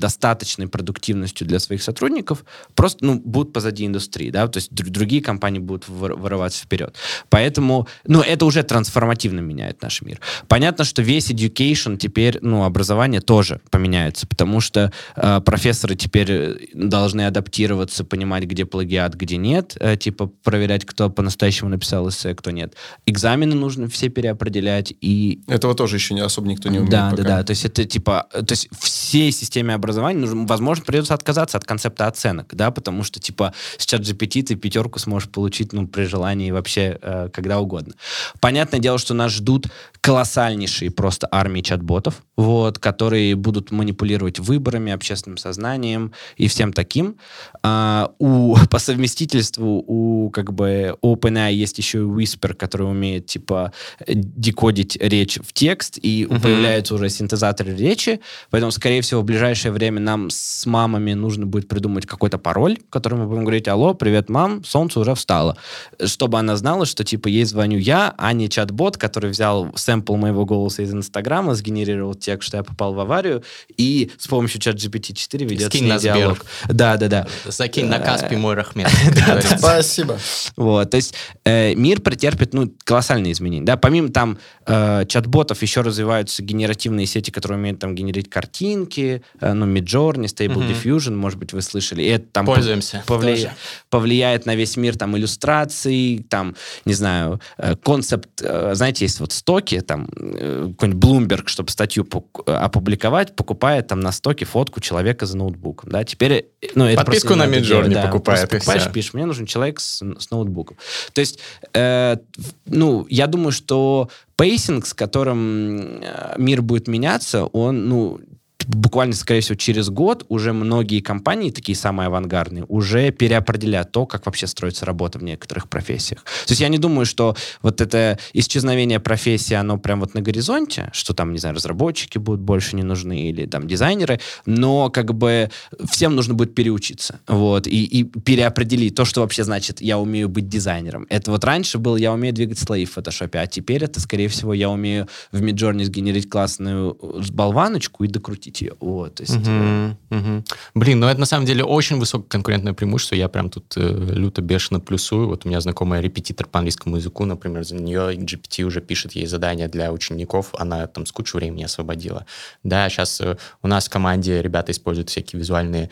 достаточной продуктивностью для своих сотрудников, просто ну, будут позади индустрии, да, то есть др- другие компании будут вырываться вперед. Поэтому, ну, это уже трансформативно меняет наш мир. Понятно, что весь education теперь, ну, образование тоже поменяется, потому что э, профессоры теперь должны адаптироваться, понимать, где плагиат, где нет, э, типа проверять, кто по-настоящему написал эссе, кто нет. Экзамены нужно все переопределять и... Этого тоже еще не особо никто не умеет. Да, пока. да, да. То есть это типа... То есть всей системе образования, нужно, возможно, придется отказаться от концепта оценок, да, потому что, типа, с чат джи пи ти ты пятерку сможешь получить, ну, при желании вообще э, когда угодно. Понятное дело, что нас ждут колоссальнейшие просто армии чат-ботов, вот, которые будут манипулировать выборами, общественным сознанием и всем таким. А, у, по совместительству у, как бы, OpenAI есть еще и Whisper, который умеет, типа, декодить речь в текст, и uh-huh. появляются уже синтезаторы речи, поэтому, скорее всего, в ближайшее время нам с мамами нужно будет придумать какой-то пароль, который мы будем говорить: алло, привет, мам, солнце уже встало. Чтобы она знала, что, типа, ей звоню я, а не чат-бот, который взял сэмпл моего голоса из Инстаграма, сгенерировал текст, что я попал в аварию, и с помощью чат джи пи ти четыре ведет Скинь с ней на диалог. Да, да, да. Закинь на Каспий мой рахмет. Спасибо. Вот, то есть э, мир претерпит, ну, колоссальные изменения, да, помимо там э, чат-ботов еще развиваются генеративные сети, которые умеют там генерить картинки, э, ну, Midjourney, Stable uh-huh. Diffusion, может быть, вы слышали, и это там пользуемся повли... повлияет на весь мир там иллюстраций, там, не знаю, э, концепт, э, знаете, есть вот стоки, там, э, какой-нибудь Bloomberg, чтобы статью пок- опубликовать, покупает там на стоке фотку человека за ноутбуком, да, теперь, ну, это подписку на Midjourney да, покупает, покупаешь, пишешь, мне нужен человек с, с ноутбуком. То есть, э, ну, я думаю, что пейсинг, с которым мир будет меняться, он, ну, буквально, скорее всего, через год уже многие компании, такие самые авангардные, уже переопределят то, как вообще строится работа в некоторых профессиях. То есть я не думаю, что вот это исчезновение профессии, оно прям вот на горизонте, что там, не знаю, разработчики будут больше не нужны или там дизайнеры, но как бы всем нужно будет переучиться, вот, и, и переопределить то, что вообще значит «я умею быть дизайнером». Это вот раньше было «я умею двигать слои в фотошопе», а теперь это, скорее всего, «я умею в Midjourney сгенерить классную болваночку и докрутить ее». Вот, то есть, uh-huh, uh-huh. Блин, ну это на самом деле очень высокое конкурентное преимущество. Я прям тут э, люто бешено плюсую. Вот у меня знакомая репетитор по английскому языку, например, за нее джи пи ти уже пишет ей задания для учеников. Она там с кучу времени освободила. Да, сейчас э, у нас в команде ребята используют всякие визуальные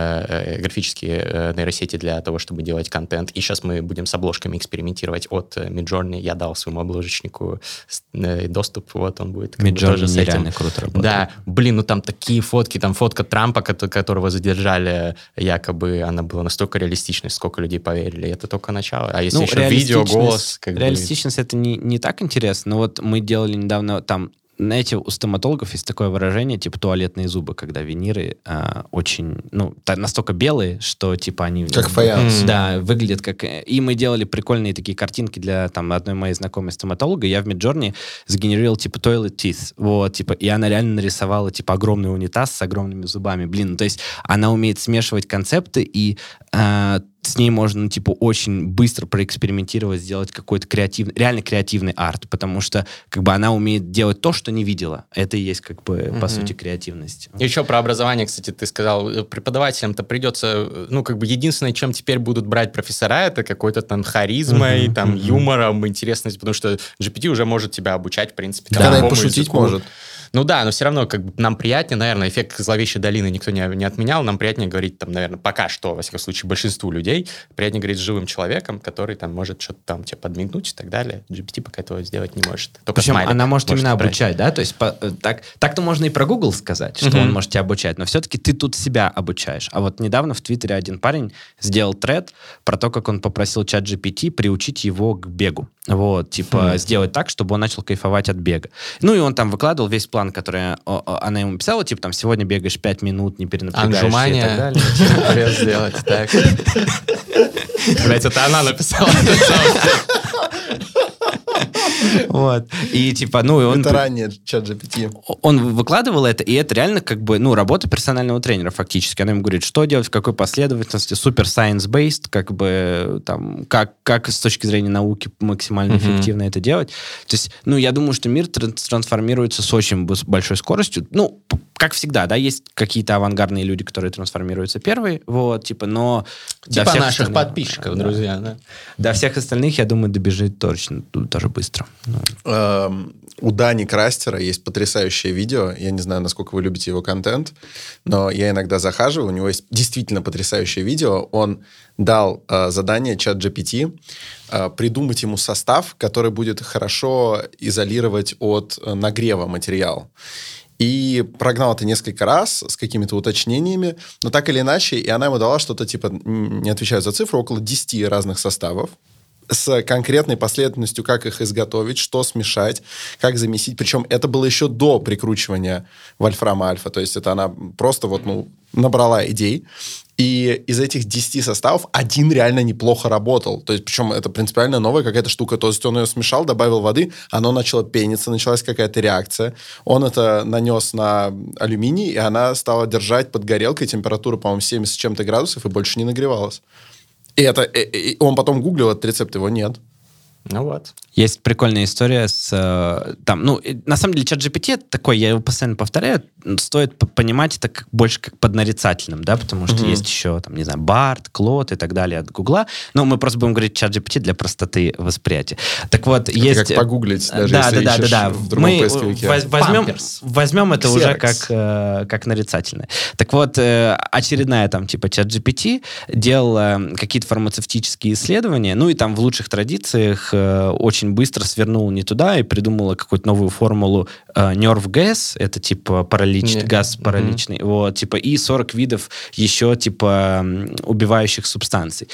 э, э, графические э, нейросети для того, чтобы делать контент. И сейчас мы будем с обложками экспериментировать от э, Midjourney. Я дал своему обложечнику э, доступ, вот он будет. Midjourney нереально круто работает. Да, блин, ну там такие фотки, там фотка Трампа, которого задержали, якобы она была настолько реалистичной, сколько людей поверили. Это только начало. А если ну, еще видео, голос... Как реалистичность бы... это не, не так интересно. Но вот мы делали недавно там, знаете, у стоматологов есть такое выражение, типа туалетные зубы, когда виниры а, очень, ну, настолько белые, что типа они... Как фаянс. Да, выглядят как... И мы делали прикольные такие картинки для там одной моей знакомой стоматолога. Я в Midjourney сгенерировал типа toilet teeth, вот, типа, и она реально нарисовала типа огромный унитаз с огромными зубами. Блин, ну, то есть она умеет смешивать концепты, и а, с ней можно, ну, типа, очень быстро проэкспериментировать, сделать какой-то креативный, реально креативный арт, потому что, как бы, она умеет делать то, что не видела. Это и есть, как бы, mm-hmm. по сути, креативность. И еще про образование, кстати, ты сказал, преподавателям-то придется, ну, как бы, единственное, чем теперь будут брать профессора, это какой-то там харизмой, mm-hmm. там, mm-hmm. юмором, интересностью, потому что джи пи ти уже может тебя обучать, в принципе. Да, она и пошутить языку. Может. Ну да, но все равно как бы нам приятнее, наверное, эффект зловещей долины никто не, не отменял, нам приятнее говорить, там, наверное, пока что, во всяком случае, большинству людей, приятнее говорить с живым человеком, который там может что-то там тебе подмигнуть и так далее. джи пи ти пока этого сделать не может. Только Причем смайлик она может, может именно брать. Обучать, да? То есть по, так, так-то можно и про Google сказать, что mm-hmm. он может тебя обучать, но все-таки ты тут себя обучаешь. А вот недавно в Твиттере один парень сделал тред про то, как он попросил чат джи пи ти приучить его к бегу. Вот, типа, mm-hmm. сделать так, чтобы он начал кайфовать от бега. Ну, и он там выкладывал весь план, который о, о, она ему писала, типа, там, сегодня бегаешь пять минут, не перенапрягаешься и так далее. Анжумания сделать, так. Блять, это она написала. Вот. И типа, ну, и он... Это ранее чат джи пи ти. Он выкладывал это, и это реально как бы, ну, работа персонального тренера фактически. Она ему говорит, что делать, в какой последовательности, супер science-based, как бы, там, как, как с точки зрения науки максимально mm-hmm. эффективно это делать. То есть, ну, я думаю, что мир трансформируется с очень большой скоростью. Ну, как всегда, да, есть какие-то авангардные люди, которые трансформируются первые, вот, типа, но... Типа наших подписчиков, да, друзья, да. До всех остальных, я думаю, добежит точно, тоже быстро. Эм, у Дани Крастера есть потрясающее видео, я не знаю, насколько вы любите его контент, но я иногда захаживаю, у него есть действительно потрясающее видео, он дал э, задание чат джи пи ти э, придумать ему состав, который будет хорошо изолировать от э, нагрева материал. И прогнал это несколько раз с какими-то уточнениями, но так или иначе, и она ему дала что-то, типа, не отвечаю за цифру, около десяти разных составов с конкретной последовательностью, как их изготовить, что смешать, как замесить. Причем это было еще до прикручивания вольфрама альфа, то есть это она просто вот, ну, набрала идей. И из этих десяти составов один реально неплохо работал. То есть, причем это принципиально новая какая-то штука. То есть он ее смешал, добавил воды, оно начало пениться, началась какая-то реакция. Он это нанес на алюминий, и она стала держать под горелкой температуру, по-моему, семьдесят с чем-то градусов, и больше не нагревалась. И это, и, и он потом гуглил этот рецепт, его нет. Ну вот. Есть прикольная история с... Э, там, ну, на самом деле, чат джи пи ти такой, я его постоянно повторяю, стоит понимать это как, больше как под нарицательным, да, потому что mm-hmm. есть еще, там, не знаю, Барт, Клод и так далее от Гугла, но мы просто будем говорить чат джи пи ти для простоты восприятия. Так вот, это есть... как погуглить, даже да, если да, ищешь да, да, в другом мы поисковике. Возьмем, возьмем это Xerox. уже как, э, как нарицательное. Так вот, э, очередная там, типа, чат джи пи ти делала какие-то фармацевтические исследования, ну и там в лучших традициях э, очень быстро свернула не туда и придумала какую-то новую формулу э, nerve gas, это типа паралич, Не. газ параличный, mm-hmm. вот, типа, и сорок видов еще, типа, убивающих субстанций.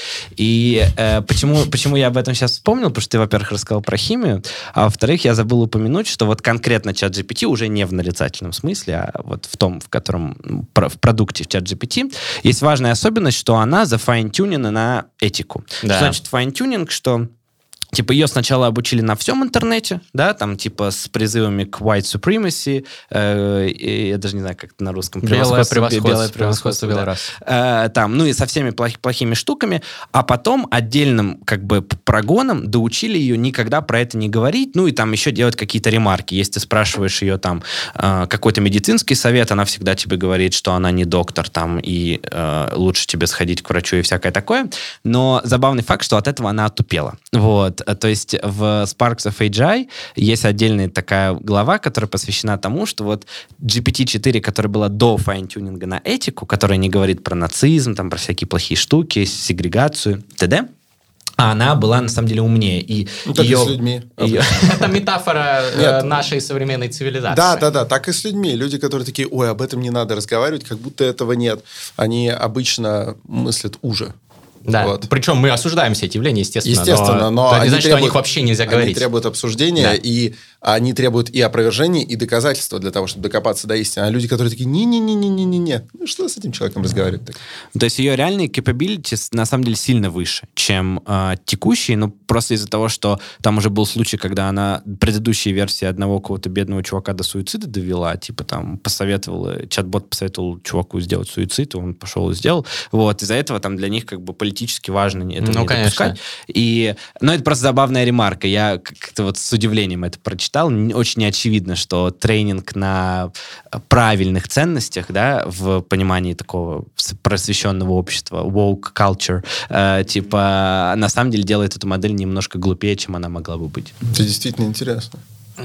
И э, почему, почему я об этом сейчас вспомнил? Потому что ты, во-первых, рассказал про химию, а во-вторых, я забыл упомянуть, что вот конкретно чат джи пи ти уже не в нарицательном смысле, а вот в том, в котором, в продукте чат джи пи ти, есть важная особенность, что она зафайн-тюнена на этику. Да. Что значит файн-тюнинг? Что типа ее сначала обучили на всем интернете, да, там типа с призывами к white supremacy, э, и, я даже не знаю, как это на русском. Белое превосходство. Белое превосходство, да. э, там, ну и со всеми плох, плохими штуками, а потом отдельным как бы прогоном доучили ее никогда про это не говорить, ну и там еще делать какие-то ремарки. Если ты спрашиваешь ее там э, какой-то медицинский совет, она всегда тебе говорит, что она не доктор там, и э, лучше тебе сходить к врачу и всякое такое. Но забавный факт, что от этого она отупела. Вот. То есть в Sparks of эй джи есть отдельная такая глава, которая посвящена тому, что вот джи пи ти четыре, которая была до файн-тюнинга на этику, которая не говорит про нацизм, там, про всякие плохие штуки, сегрегацию, т.д., а она была, на самом деле, умнее. И ну, так ее, и с людьми. Ее... Это метафора э, нашей современной цивилизации. Да, да, да, так и с людьми. Люди, которые такие, ой, об этом не надо разговаривать, как будто этого нет. Они обычно мыслят уже. Да, вот. Причем мы осуждаем все эти явления, естественно. Естественно, но, но это не они значит, требуют, что о них вообще нельзя говорить. Они требуют обсуждения, да. и они требуют и опровержений, и доказательства для того, чтобы докопаться до истины. А люди, которые такие, не-не-не-не-не-не, ну что с этим человеком разговаривать? Так? То есть ее реальные capabilities на самом деле сильно выше, чем э, текущие, ну просто из-за того, что там уже был случай, когда она предыдущие версии одного какого-то бедного чувака до суицида довела, типа там посоветовала, чат-бот посоветовал чуваку сделать суицид, он пошел и сделал. Вот, из-за этого там для них как бы политически важно это ну, не допускать. И, ну, это просто забавная ремарка. Я как-то вот с удивлением это прочитал. Очень неочевидно, что тренинг на правильных ценностях, да, в понимании такого просвещенного общества, woke culture, э, типа, на самом деле делает эту модель немножко глупее, чем она могла бы быть. Это действительно интересно.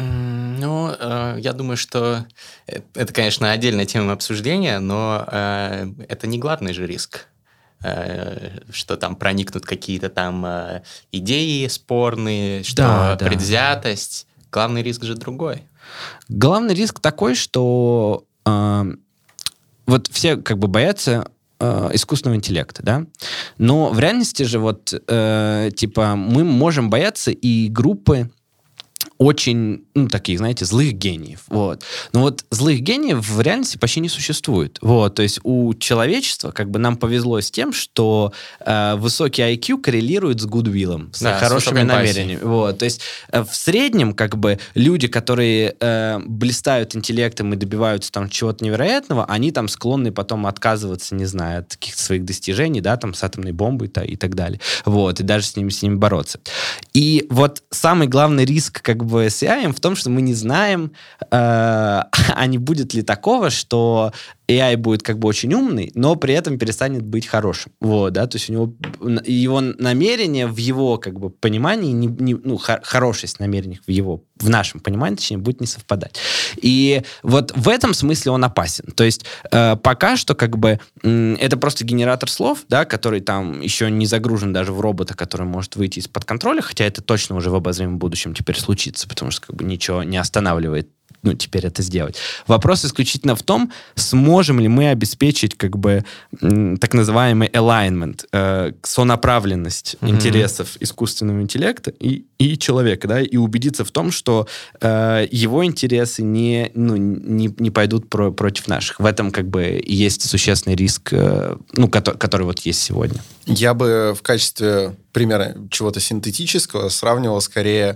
Ну, э, я думаю, что это, конечно, отдельная тема обсуждения, но э, это не главный же риск. Что там проникнут какие-то там э, идеи спорные, что да, предвзятость. Да. Главный риск же другой. Главный риск такой, что э, вот все как бы боятся э, искусственного интеллекта, да? Но в реальности же вот э, типа мы можем бояться и группы очень, ну, таких, знаете, злых гениев. Вот. Но вот злых гениев в реальности почти не существует. Вот. То есть у человечества, как бы, нам повезло с тем, что э, высокий ай кью коррелирует с гудвиллом, с да, хорошими с намерениями. Вот. То есть э, в среднем, как бы, люди, которые э, блистают интеллектом и добиваются там чего-то невероятного, они там склонны потом отказываться, не знаю, от каких-то своих достижений, да, там, с атомной бомбой и так далее. Вот. И даже с ними, с ними бороться. И вот самый главный риск, как бы, с эй ай в том, что мы не знаем, э, а не будет ли такого, что эй ай будет как бы очень умный, но при этом перестанет быть хорошим. Вот, да, то есть у него его намерение в его как бы понимании, не, не, ну, хор- хорошесть намерений в его, в нашем понимании, точнее, будет не совпадать. И вот в этом смысле он опасен. То есть э, пока что как бы э, это просто генератор слов, да, который там еще не загружен даже в робота, который может выйти из-под контроля, хотя это точно уже в обозримом будущем теперь случится, потому что как бы ничего не останавливает, ну, теперь это сделать. Вопрос исключительно в том, сможем ли мы обеспечить, как бы, м, так называемый alignment, э, сонаправленность mm-hmm. интересов искусственного интеллекта и, и человека, да, и убедиться в том, что э, его интересы не, ну, не, не пойдут про, против наших. В этом, как бы, есть существенный риск, э, ну, который, который вот есть сегодня. Я бы в качестве примера чего-то синтетического сравнивал скорее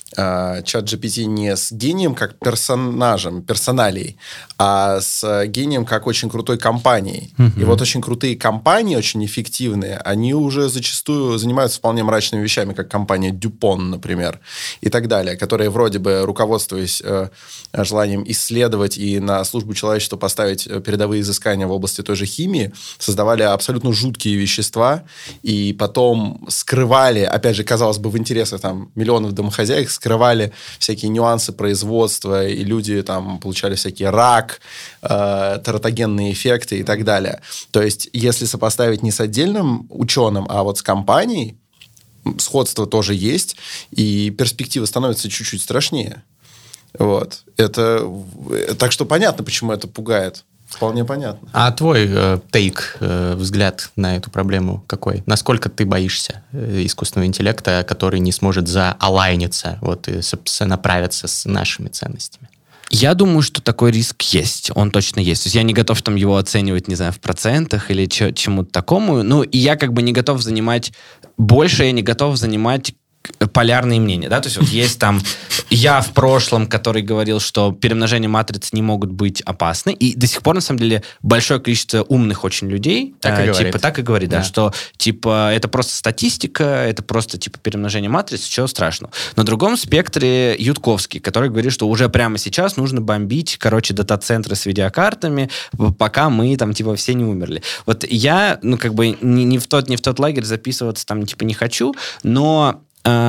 чат джи пи ти не с гением как персонажем, персоналией, а с гением как очень крутой компанией. Uh-huh. И вот очень крутые компании, очень эффективные, они уже зачастую занимаются вполне мрачными вещами, как компания Дюпон, например, и так далее, которые вроде бы, руководствуясь э, желанием исследовать и на службу человечества поставить передовые изыскания в области той же химии, создавали абсолютно жуткие вещества и потом скрывали, опять же, казалось бы, в интересах там миллионов домохозяек, скрывали всякие нюансы производства, и люди там получали всякий рак, э, тератогенные эффекты и так далее. То есть, если сопоставить не с отдельным ученым, а вот с компанией, сходство тоже есть, и перспектива становится чуть-чуть страшнее. Вот. Это... Так что понятно, почему это пугает. Вполне понятно. А твой э, тейк, э, взгляд на эту проблему какой? Насколько ты боишься э, искусственного интеллекта, который не сможет заалайниться, вот, и сонаправиться с нашими ценностями? Я думаю, что такой риск есть. Он точно есть. То есть я не готов там его оценивать, не знаю, в процентах или ч- чему-то такому. Ну, и я как бы не готов занимать... Больше я не готов занимать полярные мнения, да, то есть вот есть там я в прошлом, который говорил, что перемножение матриц не могут быть опасны, и до сих пор, на самом деле, большое количество умных очень людей так э, и типа так и говорит, да. да, что типа это просто статистика, это просто типа перемножение матриц, чего страшного. На другом спектре Ютковский, который говорит, что уже прямо сейчас нужно бомбить, короче, дата-центры с видеокартами, пока мы там типа все не умерли. Вот я, ну как бы ни, ни в тот, ни в тот лагерь записываться там типа не хочу, но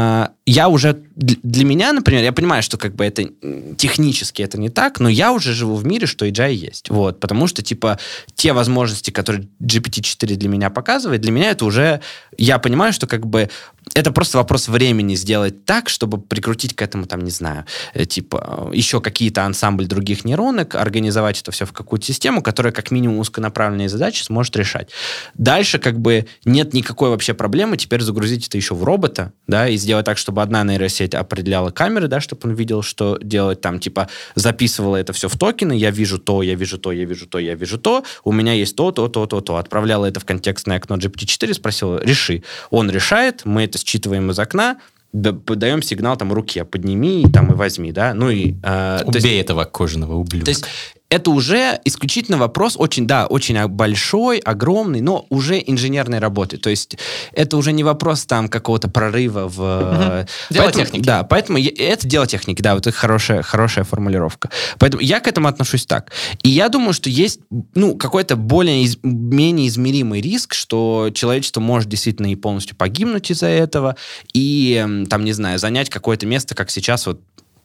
я уже, для меня, например, я понимаю, что как бы это технически это не так, но я уже живу в мире, что эй джи ай есть. Вот, потому что, типа, те возможности, которые джи пи ти четыре для меня показывает, для меня это уже, я понимаю, что как бы это просто вопрос времени сделать так, чтобы прикрутить к этому, там, не знаю, типа, еще какие-то ансамбль других нейронок, организовать это все в какую-то систему, которая как минимум узконаправленные задачи сможет решать. Дальше как бы нет никакой вообще проблемы теперь загрузить это еще в робота, да, и сделать так, чтобы одна нейросеть определяла камеры, да, чтобы он видел, что делать, там, типа, записывала это все в токены, я вижу то, я вижу то, я вижу то, я вижу то, у меня есть то, то, то, то, то. Отправляла это в контекстное окно джи пи ти четыре, спросила, реши. Он решает, мы это считываем из окна, даем сигнал, там, руке, подними, там, и возьми, да, ну и... Э, Убей есть, этого кожаного ублюдка. То есть это уже исключительно вопрос очень, да, очень большой, огромный, но уже инженерной работы. То есть это уже не вопрос там какого-то прорыва в... Угу. Дело поэтому, техники. Да, поэтому я, это дело техники, да, вот это хорошая, хорошая формулировка. Поэтому я к этому отношусь так. И я думаю, что есть, ну, какой-то более, из, менее измеримый риск, что человечество может действительно и полностью погибнуть из-за этого, и, там, не знаю, занять какое-то место, как сейчас вот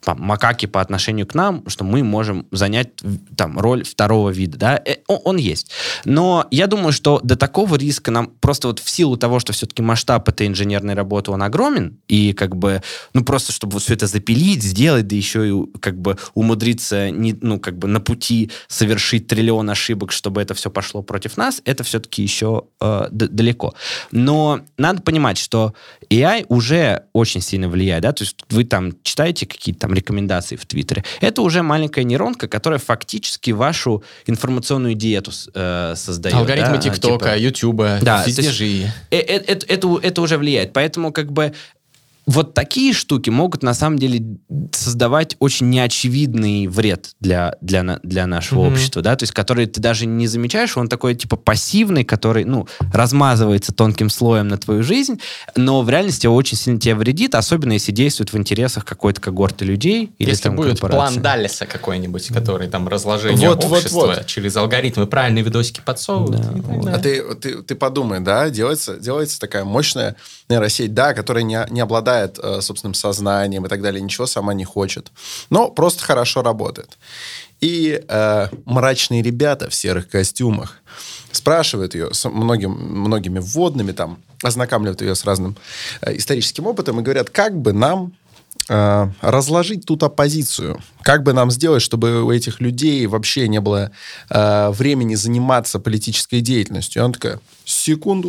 макаки по отношению к нам, что мы можем занять там роль второго вида, да, он, он есть. Но я думаю, что до такого риска нам просто вот в силу того, что все-таки масштаб этой инженерной работы, он огромен, и как бы, ну, просто чтобы вот все это запилить, сделать, да еще и как бы умудриться, не, ну, как бы на пути совершить триллион ошибок, чтобы это все пошло против нас, это все-таки еще э, д- далеко. Но надо понимать, что эй ай уже очень сильно влияет, да, то есть вы там читаете какие-то там рекомендации в Твиттере, это уже маленькая нейронка, которая фактически вашу информационную диету э, создает. Алгоритмы да? ТикТока, типа, Ютуба, да, везде то есть, же. э- э- это, это, это уже влияет, поэтому как бы вот такие штуки могут, на самом деле, создавать очень неочевидный вред для, для, для нашего mm-hmm. общества, да, то есть который ты даже не замечаешь, он такой, типа, пассивный, который, ну, размазывается тонким слоем на твою жизнь, но в реальности очень сильно тебе вредит, особенно если действует в интересах какой-то когорты людей или если там будет корпорации. План Даллеса какой-нибудь, который там разложение вот, общества вот, вот. через алгоритмы правильные видосики подсовывают. Да, вот. А ты, ты, ты подумай, да, делается, делается такая мощная нейросеть, да, которая не, не обладает э, собственным сознанием и так далее, ничего сама не хочет, но просто хорошо работает. И э, мрачные ребята в серых костюмах спрашивают ее с многим, многими вводными, там, ознакомливают ее с разным э, историческим опытом и говорят, как бы нам э, разложить тут оппозицию, как бы нам сделать, чтобы у этих людей вообще не было э, времени заниматься политической деятельностью. И она такая, секунду.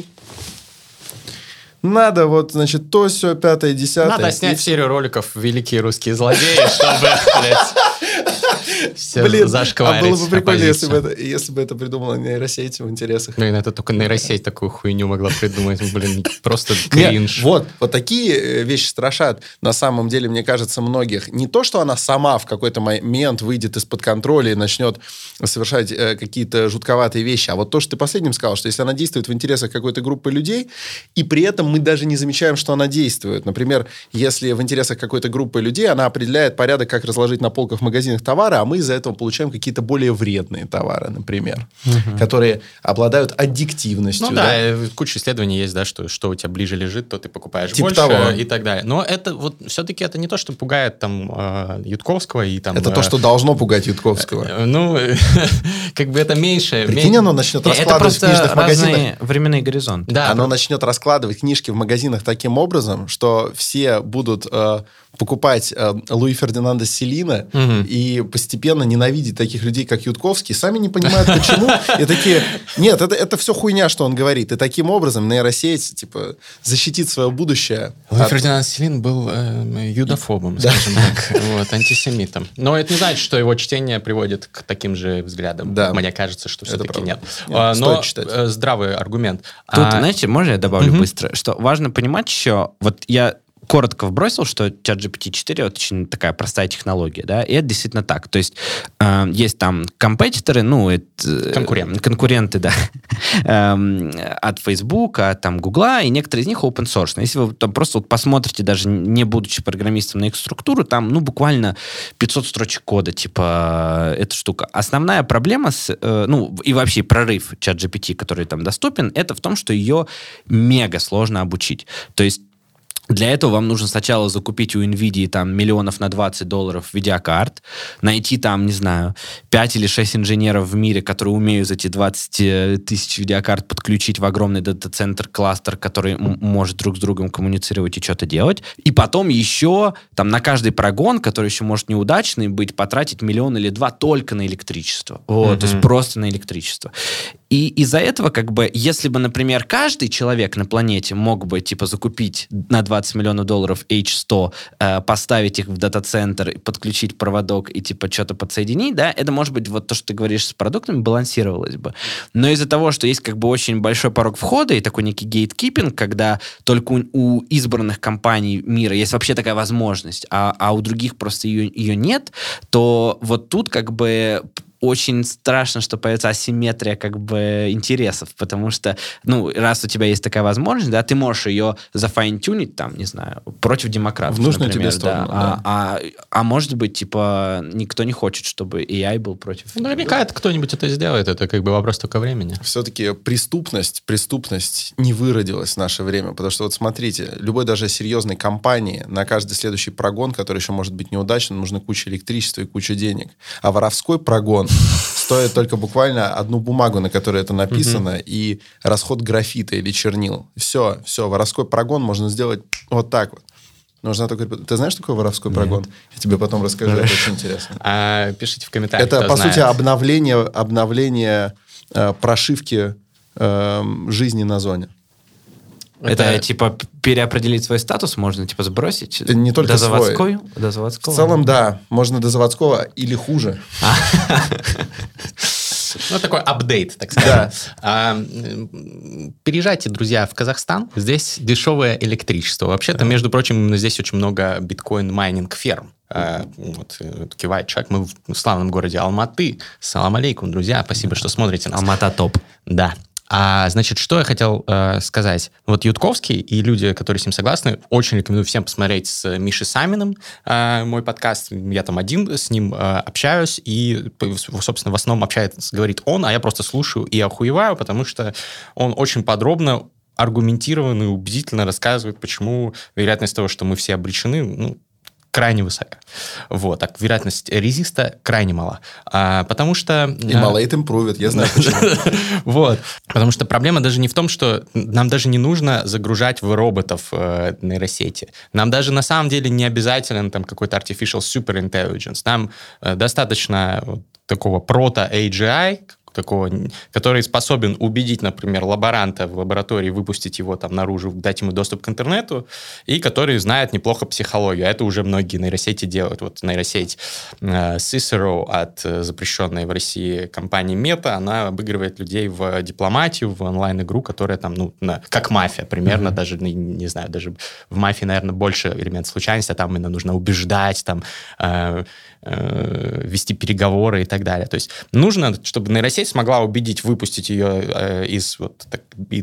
Надо вот, значит, то, сё, пятое, десятое. Надо снять и... серию роликов «Великие русские злодеи», чтобы, блядь, все Блин, зашкварить. а было бы прикольно, если бы, оппозицию. это, если бы это придумала нейросеть в интересах. Блин, это только нейросеть такую хуйню могла придумать. Блин, просто Нет, кринж. вот, вот такие вещи страшат, на самом деле, мне кажется, многих. Не то, что она сама в какой-то момент выйдет из-под контроля и начнет совершать э, какие-то жутковатые вещи, а вот то, что ты последним сказал, что если она действует в интересах какой-то группы людей, и при этом мы даже не замечаем, что она действует. Например, если в интересах какой-то группы людей она определяет порядок, как разложить на полках в магазинах товары, а мы из-за этого получаем какие-то более вредные товары, например, угу. которые обладают аддиктивностью. Ну да, да, куча исследований есть, да, что, что у тебя ближе лежит, то ты покупаешь типа больше того. И так далее. Но это вот все-таки это не то, что пугает там э, Ютковского и там... Это э, то, что должно пугать Ютковского. э, Ну, как бы это меньше... Прикинь, мен- оно начнет Не, это раскладывать в просто книжных магазинах. разные временные горизонты. Да, Оно про- начнет раскладывать книжки в магазинах таким образом, что все будут э, покупать э, Луи Фердинанда Селлина Мгм. и постепенно ненавидеть таких людей, как Ютковский, сами не понимают, почему. И такие, нет, это, это все хуйня, что он говорит. И таким образом нейросеть, типа, защитит свое будущее. Луи от- Фердинанд Селлин был э, юдофобом, скажем так, вот, антисемитом. Но это не значит, что его чтение приводит к таким же взглядам. Да. Мне кажется, что Это все-таки правда. нет. Нет, А, стоит Но читать. э, здравый аргумент. Тут, А, знаете, можно я добавлю Мгм. быстро, что важно понимать еще, вот я коротко вбросил, что ChatGPT четыре вот очень такая простая технология, да, и это действительно так. То есть э, есть там компетиторы, ну, это, э, Конкуренты. конкуренты, да, эм, от Facebook, от там Гугла, и некоторые из них open source. Если вы там просто вот посмотрите, даже не будучи программистом, на их структуру, там, ну, буквально пятьсот строчек кода, типа, эта штука. Основная проблема, с, э, ну, и вообще прорыв ChatGPT, который там доступен, это в том, что ее мега сложно обучить. То есть для этого вам нужно сначала закупить у NVIDIA там миллионов на двадцать долларов видеокарт, найти там, не знаю, пять или шесть инженеров в мире, которые умеют эти двадцать тысяч видеокарт подключить в огромный дата-центр, кластер, который м- может друг с другом коммуницировать и что-то делать. И потом еще там на каждый прогон, который еще может неудачный быть, потратить миллион или два только на электричество. Вот, Мгм. то есть просто на электричество. И из-за этого, как бы, если бы, например, каждый человек на планете мог бы, типа, закупить на двадцать миллионов долларов эйч сто, э, поставить их в дата-центр, подключить проводок и, типа, что-то подсоединить, да, это, может быть, вот то, что ты говоришь с продуктами, балансировалось бы. Но из-за того, что есть, как бы, очень большой порог входа и такой некий гейткипинг, когда только у, у избранных компаний мира есть вообще такая возможность, а, а у других просто ее, ее нет, то вот тут, как бы, очень страшно, что появится асимметрия как бы интересов, потому что, ну, раз у тебя есть такая возможность, да, ты можешь ее зафайн-тюнить, там, не знаю, против демократов, в нужную например, тебе сторону, да. да. А, а, а может быть, типа, никто не хочет, чтобы эй ай был против... Наверняка это кто-нибудь это сделает, это как бы вопрос только времени. Все-таки преступность, преступность не выродилась в наше время, потому что вот смотрите, любой даже серьезной компании на каждый следующий прогон, который еще может быть неудачным, нужно куча электричества и куча денег. А воровской прогон стоит только буквально одну бумагу, на которой это написано, и расход графита или чернил. Все, все, воровской прогон можно сделать вот так вот. Нужно только... Ты знаешь, что такое воровской прогон? Нет. Я тебе потом расскажу, это очень интересно. А, пишите в комментариях, это, кто по знает. сути, обновление, обновление э, прошивки э, жизни на зоне. Это, Это типа, переопределить свой статус можно, типа, сбросить? Это не только до свой. заводской? До заводского? В целом, да. Можно до заводского или хуже. Ну, такой апдейт, так сказать. Да. А, переезжайте, друзья, в Казахстан. Здесь дешевое электричество. Вообще-то, между прочим, здесь очень много биткоин-майнинг-ферм. А, вот, кивает человек. Мы в славном городе Алматы. Салам алейкум, друзья. Спасибо, что смотрите нас. Алмата топ. Да. А, значит, что я хотел э, сказать. Вот Ютковский и люди, которые с ним согласны, очень рекомендую всем посмотреть с Мишей Саминым э, мой подкаст. Я там один с ним э, общаюсь, и, собственно, в основном общается, говорит он, а я просто слушаю и охуеваю, потому что он очень подробно, аргументированно и убедительно рассказывает, почему вероятность того, что мы все обречены, ну, крайне высока. Вот. Так, вероятность резиста крайне мала. А, потому что... И мало it improved, я знаю почему. Вот. Потому что проблема даже не в том, что нам даже не нужно загружать в роботов э, нейросети. Нам даже на самом деле не обязателен там какой-то artificial super intelligence. Нам э, достаточно вот такого прото-эй джи ай, такого, который способен убедить, например, лаборанта в лаборатории выпустить его там наружу, дать ему доступ к интернету, и который знает неплохо психологию. А это уже многие нейросети делают. Вот нейросеть э, Cicero от э, запрещенной в России компании Meta, она обыгрывает людей в дипломатию, в онлайн-игру, которая там, ну, на, как мафия примерно, mm-hmm. даже, не, не знаю, даже в мафии, наверное, больше элемент случайности, а там именно нужно убеждать, там, э, э, вести переговоры и так далее. То есть нужно, чтобы нейросеть смогла убедить выпустить ее э, из вот, так, и,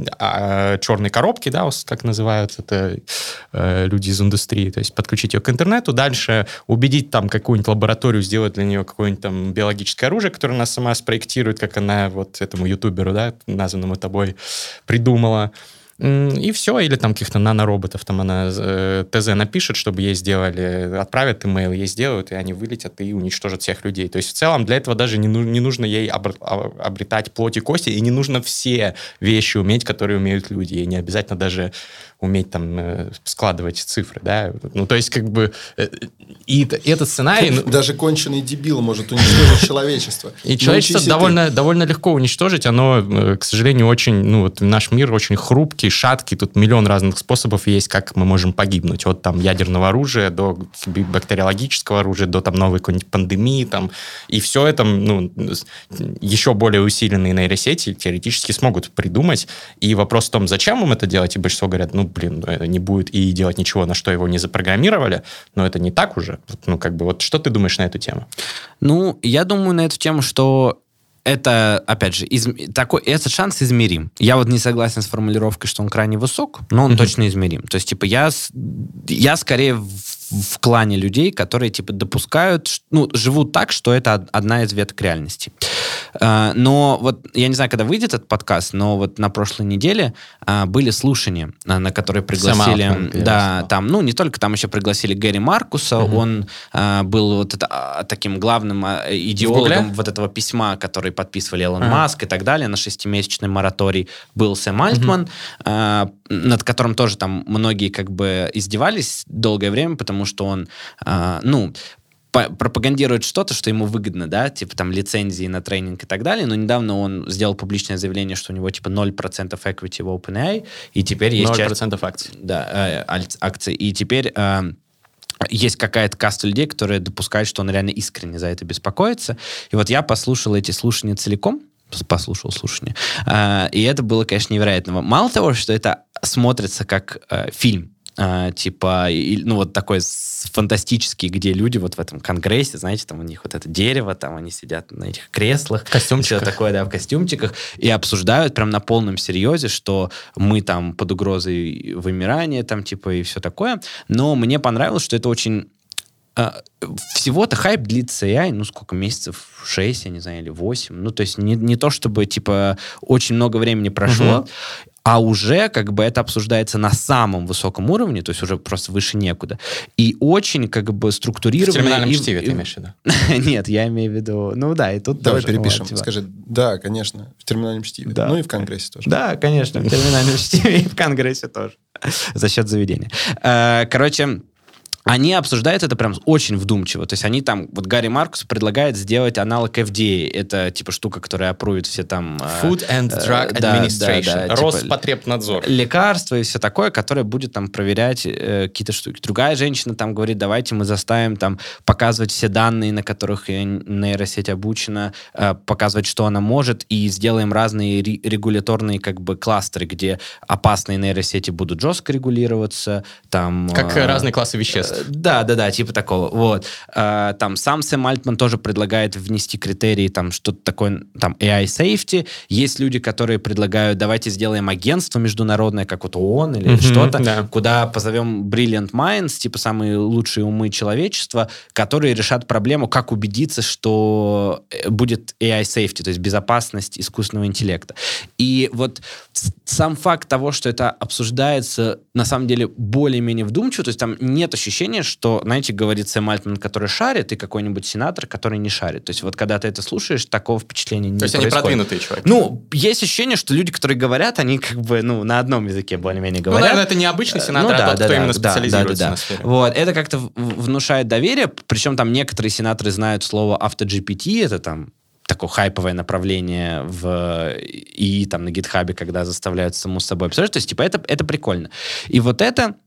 э, черной коробки, да, как называют это э, люди из индустрии, то есть подключить ее к интернету, дальше убедить там какую-нибудь лабораторию сделать для нее какое-нибудь там биологическое оружие, которое она сама спроектирует, как она вот этому ютуберу, да, названному тобой, придумала. И все, или там каких-то нанороботов, там она э, ТЗ напишет, чтобы ей сделали, отправят имейл, ей сделают, и они вылетят и уничтожат всех людей. То есть в целом для этого даже не, ну, не нужно ей обр- обретать плоть и кости, и не нужно все вещи уметь, которые умеют люди, и не обязательно даже уметь там э, складывать цифры, да, ну то есть как бы э, и этот сценарий... Даже конченый дебил может уничтожить человечество. И человечество довольно, довольно легко уничтожить, оно, к сожалению, очень, ну вот наш мир очень хрупкий, шаткий, тут миллион разных способов есть, как мы можем погибнуть, от там ядерного оружия до бактериологического оружия, до там новой какой-нибудь пандемии, там, и все это, ну, еще более усиленные нейросети теоретически смогут придумать, и вопрос в том, зачем им это делать, и большинство говорят, ну, блин, это не будет и делать ничего, на что его не запрограммировали, но это не так уже, ну, как бы, вот что ты думаешь на эту тему? Ну, я думаю на эту тему, что это, опять же, из, такой, этот шанс измерим. Я вот не согласен с формулировкой, что он крайне высок, но он mm-hmm. точно измерим. То есть, типа, я, я скорее в, в клане людей, которые, типа, допускают, ну, живут так, что это одна из веток реальности. Но вот, я не знаю, когда выйдет этот подкаст, но вот на прошлой неделе были слушания, на которые пригласили... Altman, да, там, ну, не только, там еще пригласили Гэри Маркуса, mm-hmm. он а, был вот это, таким главным идеологом вот этого письма, который подписывали Илон mm-hmm. Маск и так далее, на шестимесячный мораторий был Сэм Альтман, mm-hmm. а, над которым тоже там многие как бы издевались долгое время, потому что он, а, ну... пропагандирует что-то, что ему выгодно, да, типа там лицензии на тренинг и так далее, но недавно он сделал публичное заявление, что у него типа ноль процентов equity в OpenAI, и теперь есть... ноль процентов акций. Да, э, акций. И теперь э, есть какая-то каста людей, которые допускают, что он реально искренне за это беспокоится. И вот я послушал эти слушания целиком, послушал слушания, э, и это было, конечно, невероятно. Мало того, что это смотрится как э, фильм, а, типа, и, ну, вот такой фантастический, где люди вот в этом конгрессе, знаете, там у них вот это дерево, там они сидят на этих креслах. В костюмчиках. Все такое, да, в костюмчиках. И обсуждают прям на полном серьезе, что мы там под угрозой вымирания, там, типа, и все такое. Но мне понравилось, что это очень... Всего-то хайп длится эй ай, ну, сколько месяцев? шесть, я не знаю, или восемь. Ну, то есть не, не то, чтобы, типа, очень много времени прошло, угу. а уже, как бы, это обсуждается на самом высоком уровне, то есть уже просто выше некуда. И очень, как бы, структурированно... В терминальном и, чтиве и... ты имеешь в виду? Нет, я имею в виду... Ну, да, и тут Давай тоже. перепишем. Вот, типа... Скажи, да, конечно, в терминальном чтиве. Да. Ну, и в Конгрессе тоже. Да, конечно, в терминальном чтиве и в Конгрессе тоже. За счет заведения. Короче... Они обсуждают это прям очень вдумчиво. То есть они там, вот Гарри Маркус предлагает сделать аналог эф ди эй. Это типа штука, которая аппрует все там... Food and Drug э, да, Administration. Да, да, Роспотребнадзор. Типа, лекарства и все такое, которое будет там проверять э, какие-то штуки. Другая женщина там говорит, давайте мы заставим там показывать все данные, на которых нейросеть обучена, э, показывать, что она может, и сделаем разные ре- регуляторные как бы кластеры, где опасные нейросети будут жестко регулироваться. Там, как э, разные классы веществ. Да, да, да, типа такого. Вот. А, там сам Сэм Альтман тоже предлагает внести критерии, там что-то такое, там эй ай safety. Есть люди, которые предлагают, давайте сделаем агентство международное, как вот ООН или mm-hmm, что-то, да. куда позовем Brilliant Minds, типа самые лучшие умы человечества, которые решат проблему, как убедиться, что будет эй ай safety, то есть безопасность искусственного интеллекта. И вот сам факт того, что это обсуждается, на самом деле, более-менее вдумчиво, то есть там нет ощущения, что, знаете, говорит Сэм Альтман, который шарит, и какой-нибудь сенатор, который не шарит. То есть вот когда ты это слушаешь, такого впечатления не происходит. То есть они продвинутые чуваки. Ну, есть ощущение, что люди, которые говорят, они как бы, ну, на одном языке более-менее говорят. Ну, наверное, это не обычный сенатор, ну, да, а тот, да, кто да, именно да, специализируется да, да, на сфере. Вот, это как-то внушает доверие, причем там некоторые сенаторы знают слово «автоджи пи ти», это там такое хайповое направление в и там на гитхабе, когда заставляют саму с собой обсуждать. То есть, типа, это, это прикольно. И вот это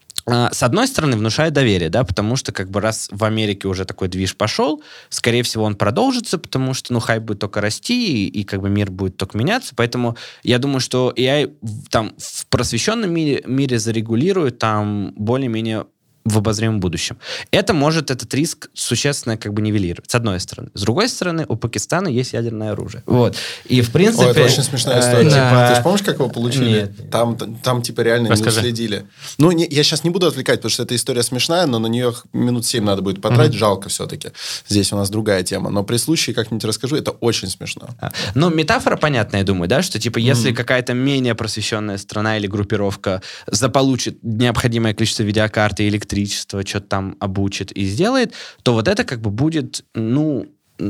с одной стороны, внушает доверие, да, потому что, как бы, раз в Америке уже такой движ пошел, скорее всего, он продолжится, потому что, ну, хайп будет только расти, и, и как бы, мир будет только меняться, поэтому я думаю, что эй ай там в просвещенном мире, мире зарегулирует там более-менее в обозримом будущем. Это может этот риск существенно как бы нивелировать, с одной стороны. С другой стороны, у Пакистана есть ядерное оружие. Вот. И, в принципе... Ой, это очень смешная история. Э, да. Ты же помнишь, как его получили? Нет. Там, там типа, реально Расскажи. не уследили. Ну, не, я сейчас не буду отвлекать, потому что эта история смешная, но на нее минут семь надо будет потратить. Mm-hmm. Жалко все-таки. Здесь у нас другая тема. Но при случае как-нибудь расскажу, это очень смешно. А. Ну, метафора понятна, я думаю, да, что, типа, если mm-hmm. какая-то менее просвещенная страна или группировка заполучит необходимое количество видеокарты, электричества, что-то там обучит и сделает, то вот это как бы будет, ну...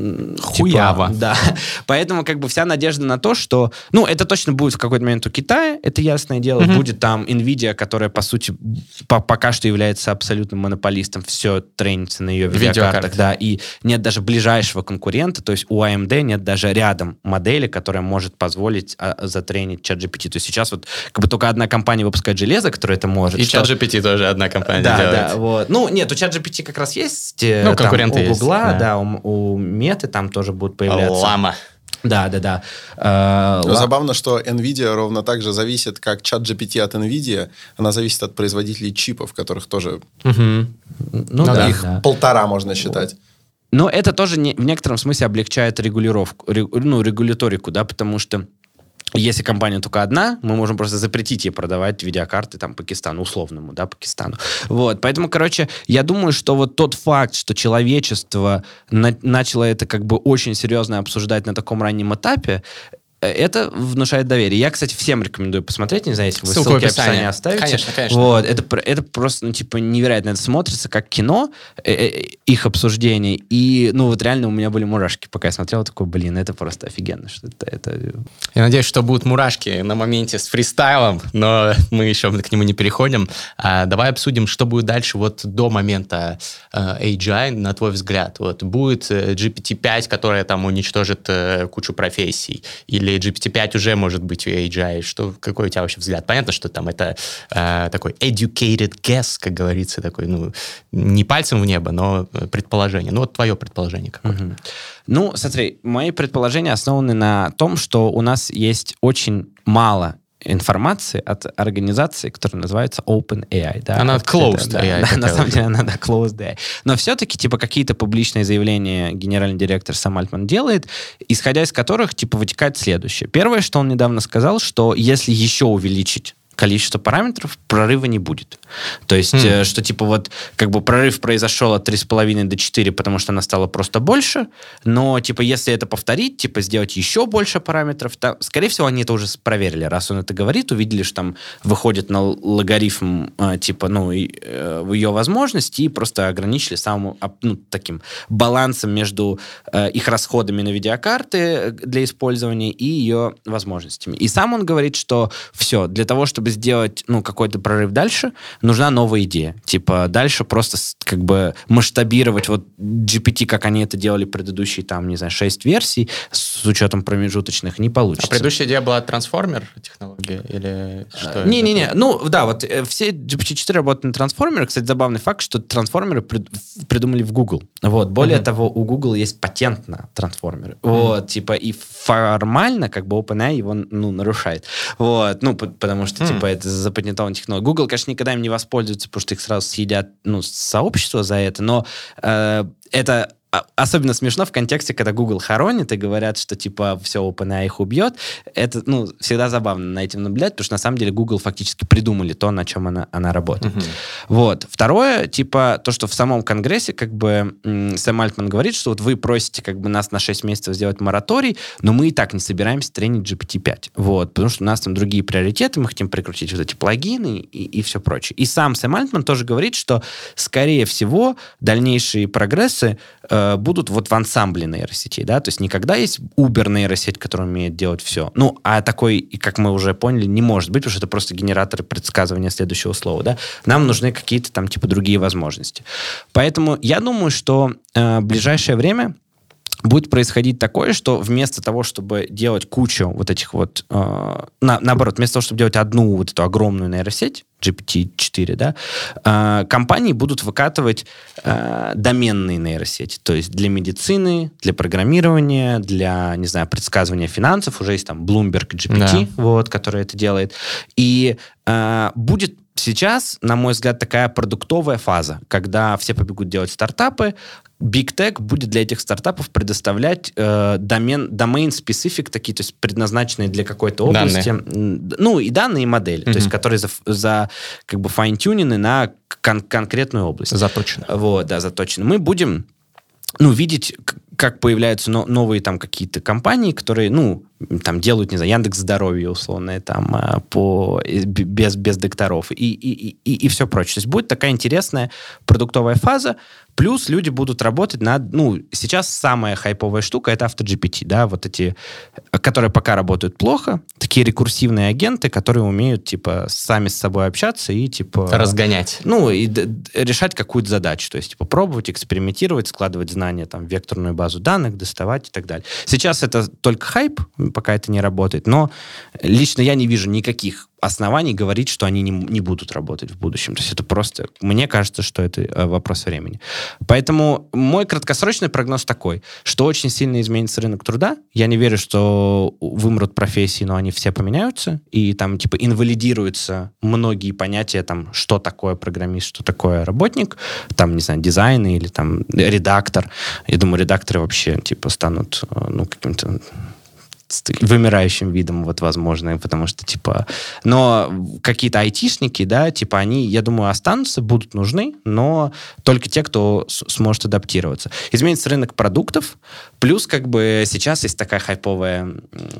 Хуяво. Типа, да. Поэтому как бы вся надежда на то, что... Ну, это точно будет в какой-то момент у Китая, это ясное дело. Mm-hmm. Будет там Nvidia, которая, по сути, по- пока что является абсолютным монополистом. Все тренится на ее видеокартах. Да, и нет даже ближайшего конкурента. То есть у эй эм ди нет даже рядом модели, которая может позволить а, затренить ChatGPT. То есть сейчас вот как бы только одна компания выпускает железо, которое это может. И что... ChatGPT тоже одна компания да, делает. Да, вот. Ну, нет, у ChatGPT как раз есть... Ну, конкуренты там, у Гугла, есть. Да, да у, у Меты там тоже будут появляться. Лама. Да, да, да. Э, Но забавно, что Nvidia ровно так же зависит, как ChatGPT от Nvidia. Она зависит от производителей чипов, которых тоже... Угу. Ну, ну да, их да. полтора можно считать. Но это тоже не, в некотором смысле облегчает регулировку, регу, ну, регуляторику, да, потому что если компания только одна, мы можем просто запретить ей продавать видеокарты там Пакистану, условному, да, Пакистану. Вот, поэтому, короче, я думаю, что вот тот факт, что человечество на- начало это как бы очень серьезно обсуждать на таком раннем этапе, это внушает доверие. Я, кстати, всем рекомендую посмотреть, не знаю, если вы ссылку ссылки в описании. описании оставите. Конечно, конечно. Вот, это, это просто, ну, типа, невероятно. Это смотрится как кино, э, э, их обсуждение. И, ну, вот реально у меня были мурашки, пока я смотрел, такой, блин, это просто офигенно. Что это, это... Я надеюсь, что будут мурашки на моменте с фристайлом, но мы еще к нему не переходим. А, давай обсудим, что будет дальше вот до момента э, эй джи ай, на твой взгляд. Вот, будет э, джи пи ти пять, которая там уничтожит э, кучу профессий, или джи пи ти пять уже может быть у эй джи ай. Что, какой у тебя вообще взгляд? Понятно, что там это э, такой educated guess, как говорится, такой, ну, не пальцем в небо, но предположение. Ну, вот твое предположение какое? Угу. Ну, смотри, мои предположения основаны на том, что у нас есть очень мало информации от организации, которая называется OpenAI. Да? Она closed это, эй ай. Да, да, на самом деле она да, closed эй ай. Но все-таки типа какие-то публичные заявления генеральный директор Сэм Альтман делает, исходя из которых типа вытекает следующее. Первое, что он недавно сказал, что если еще увеличить количество параметров, прорыва не будет. То есть, mm. э, что типа вот как бы прорыв произошел от три с половиной до четыре, потому что она стала просто больше, но типа если это повторить, типа сделать еще больше параметров, то, скорее всего, они это уже проверили. Раз он это говорит, увидели, что там выходит на логарифм э, типа, ну, и, э, ее возможности и просто ограничили самым, ну, таким балансом между э, их расходами на видеокарты для использования и ее возможностями. И сам он говорит, что все, для того, чтобы сделать, ну, какой-то прорыв дальше, нужна новая идея. Типа, дальше просто как бы масштабировать вот джи пи ти, как они это делали предыдущие, там, не знаю, шесть версий, с учетом промежуточных, не получится. А предыдущая идея была трансформер технология? Или что? Не-не-не, ну, да, вот все джи пи ти четыре работают на трансформеры. Кстати, забавный факт, что трансформеры придумали в Google. Вот, более uh-huh. того, у Google есть патент на трансформеры. Uh-huh. Вот, типа, и формально, как бы, OpenAI его, ну, нарушает. Вот, ну, потому что, uh-huh. типа, это запатентованная технология. Google, конечно, никогда им не воспользуется, потому что их сразу съедят, ну, сообщество за это, но э, это особенно смешно в контексте, когда Google хоронит и говорят, что, типа, все, OpenAI их убьет. Это, ну, всегда забавно на этим наблюдать, потому что, на самом деле, Google фактически придумали то, на чем она, она работает. Uh-huh. Вот. Второе, типа, то, что в самом Конгрессе, как бы, м- Сэм Альтман говорит, что вот вы просите, как бы, нас на шесть месяцев сделать мораторий, но мы и так не собираемся тренить джи пи ти пять. Вот. Потому что у нас там другие приоритеты, мы хотим прикрутить вот эти плагины и, и все прочее. И сам Сэм Альтман тоже говорит, что, скорее всего, дальнейшие прогрессы э, будут вот в ансамбле нейросетей, да, то есть никогда есть Uber нейросеть, которая умеет делать все. Ну, а такой, как мы уже поняли, не может быть, потому что это просто генераторы предсказывания следующего слова, да. Нам нужны какие-то там, типа, другие возможности. Поэтому я думаю, что э, в ближайшее время будет происходить такое, что вместо того, чтобы делать кучу вот этих вот... Э, на, наоборот, вместо того, чтобы делать одну вот эту огромную нейросеть, джи пи ти четыре, да, э, компании будут выкатывать э, доменные нейросети. То есть для медицины, для программирования, для, не знаю, предсказывания финансов. Уже есть там Bloomberg джи пи ти, да. вот, который это делает. И э, будет сейчас, на мой взгляд, такая продуктовая фаза, когда все побегут делать стартапы, Big Tech будет для этих стартапов предоставлять э, домен, domain-specific, такие, то есть предназначенные для какой-то области. Данные. Ну, и данные, и модели, mm-hmm. то есть которые за, за как бы файн-тюнены на кон- конкретную область. Заточены. Вот, да, заточены. Мы будем, ну, видеть, как появляются но, новые там какие-то компании, которые, ну, там делают, не знаю, Яндекс.Здоровье условное, там, по, без, без докторов и, и, и, и все прочее. То есть будет такая интересная продуктовая фаза, плюс люди будут работать над, ну, сейчас самая хайповая штука — это AutoGPT, джи пи ти, да, вот эти, которые пока работают плохо, такие рекурсивные агенты, которые умеют, типа, сами с собой общаться и, типа... Разгонять. Ну, и д- решать какую-то задачу, то есть, типа, пробовать, экспериментировать, складывать знания, там, в векторную базу данных, доставать и так далее. Сейчас это только хайп, пока это не работает, но лично я не вижу никаких оснований говорить, что они не, не будут работать в будущем. То есть это просто... Мне кажется, что это вопрос времени. Поэтому мой краткосрочный прогноз такой, что очень сильно изменится рынок труда. Я не верю, что вымрут профессии, но они все поменяются, и там типа инвалидируются многие понятия, там, что такое программист, что такое работник, там, не знаю, дизайн или там редактор. Я думаю, редакторы вообще типа станут, ну, каким-то вымирающим видом, вот, возможно, потому что, типа... Но какие-то айтишники, да, типа, они, я думаю, останутся, будут нужны, но только те, кто с- сможет адаптироваться. Изменится рынок продуктов, плюс, как бы, сейчас есть такая хайповая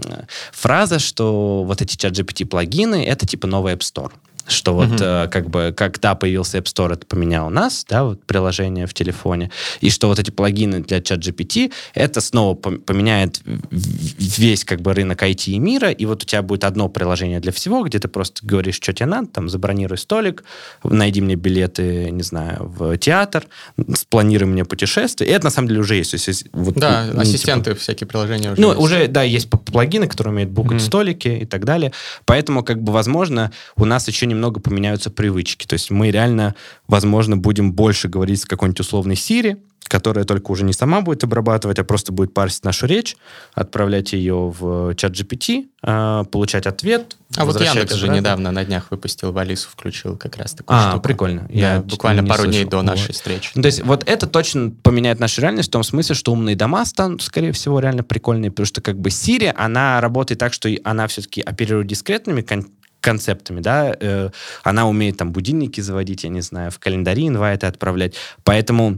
фраза, что вот эти чат джи пи ти-плагины — это, типа, новый App Store. Что вот mm-hmm. э, как бы, когда появился App Store, это поменяло нас, да, вот приложение в телефоне, и что вот эти плагины для чат джи пи ти, это снова поменяет весь, как бы, рынок ай ти и мира, и вот у тебя будет одно приложение для всего, где ты просто говоришь, что тебе надо, там, забронируй столик, найди мне билеты, не знаю, в театр, спланируй мне путешествие, и это, на самом деле, уже есть. есть вот, да, ну, ассистенты, типа, всякие приложения уже Ну, есть. уже, да, есть плагины, которые умеют букать mm-hmm. столики и так далее, поэтому, как бы, возможно, у нас еще немного немного поменяются привычки. То есть мы реально, возможно, будем больше говорить с какой-нибудь условной Siri, которая только уже не сама будет обрабатывать, а просто будет парсить нашу речь, отправлять ее в чат джи пи ти, получать ответ. А вот Яндекс же недавно на днях выпустил, в Алису включил как раз такую а, штуку. Прикольно. Да, Я буквально пару слышал. дней до нашей вот. встречи. То есть вот это точно поменяет нашу реальность в том смысле, что умные дома станут, скорее всего, реально прикольные, потому что как бы Siri, она работает так, что она все-таки оперирует дискретными кон- концептами, да, э, она умеет там будильники заводить, я не знаю, в календаре инвайты отправлять, поэтому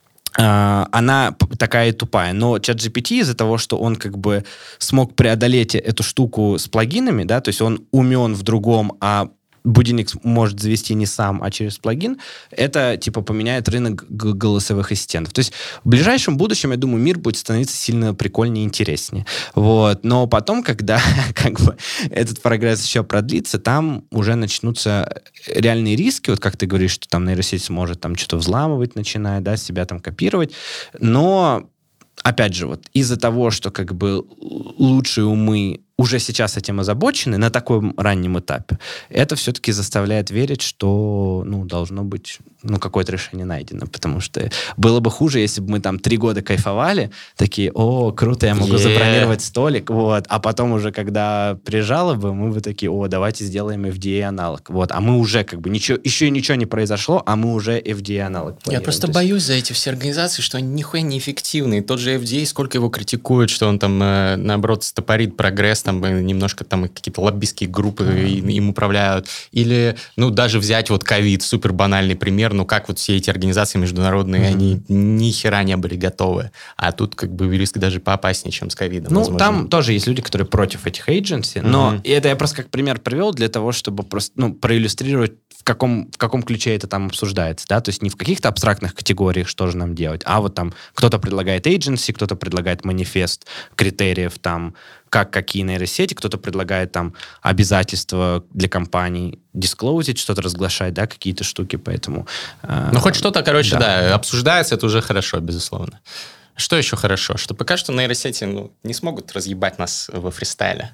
Uh, она такая тупая. Но чат джи пи ти из-за того, что он как бы смог преодолеть эту штуку с плагинами, да, то есть он умен в другом, а будильник может завести не сам, а через плагин, это, типа, поменяет рынок г- голосовых ассистентов. То есть в ближайшем будущем, я думаю, мир будет становиться сильно прикольнее и интереснее. Вот. Но потом, когда как бы этот прогресс еще продлится, там уже начнутся реальные риски, вот как ты говоришь, что там нейросеть сможет там что-то взламывать, начиная, да, себя там копировать, но опять же, вот из-за того, что как бы лучшие умы уже сейчас этим озабочены на таком раннем этапе, это все-таки заставляет верить, что, ну, должно быть, ну, какое-то решение найдено, потому что было бы хуже, если бы мы там три года кайфовали, такие, о, круто, я могу yeah. забронировать столик, вот, а потом уже, когда приезжало бы, мы бы такие, о, давайте сделаем эф ди эй-аналог, вот, а мы уже как бы, ничего, еще и ничего не произошло, а мы уже эф ди эй-аналог Я просто есть... боюсь за эти все организации, что они нихуя не эффективны, тот же эф ди эй, сколько его критикуют, что он там, э, наоборот, стопорит прогресс, там, немножко там какие-то лоббистские группы mm-hmm. им управляют. Или, ну, даже взять вот ковид, супер банальный пример, ну, как вот все эти организации международные, mm-hmm. они ни хера не были готовы. А тут как бы риск даже поопаснее, чем с ковидом. Ну, возможно. Там тоже есть люди, которые против этих agency, но mm-hmm. это я просто как пример привел для того, чтобы просто, ну, проиллюстрировать, в каком, в каком ключе это там обсуждается, да, то есть не в каких-то абстрактных категориях, что же нам делать, а вот там кто-то предлагает agency, кто-то предлагает манифест критериев там, как какие нейросети, кто-то предлагает там обязательства для компаний дисклоузить, что-то разглашать, да, какие-то штуки, поэтому... Э, ну, хоть что-то, короче, да. да, обсуждается, это уже хорошо, безусловно. Что еще хорошо? Что пока что нейросети, ну, не смогут разъебать нас во фристайле.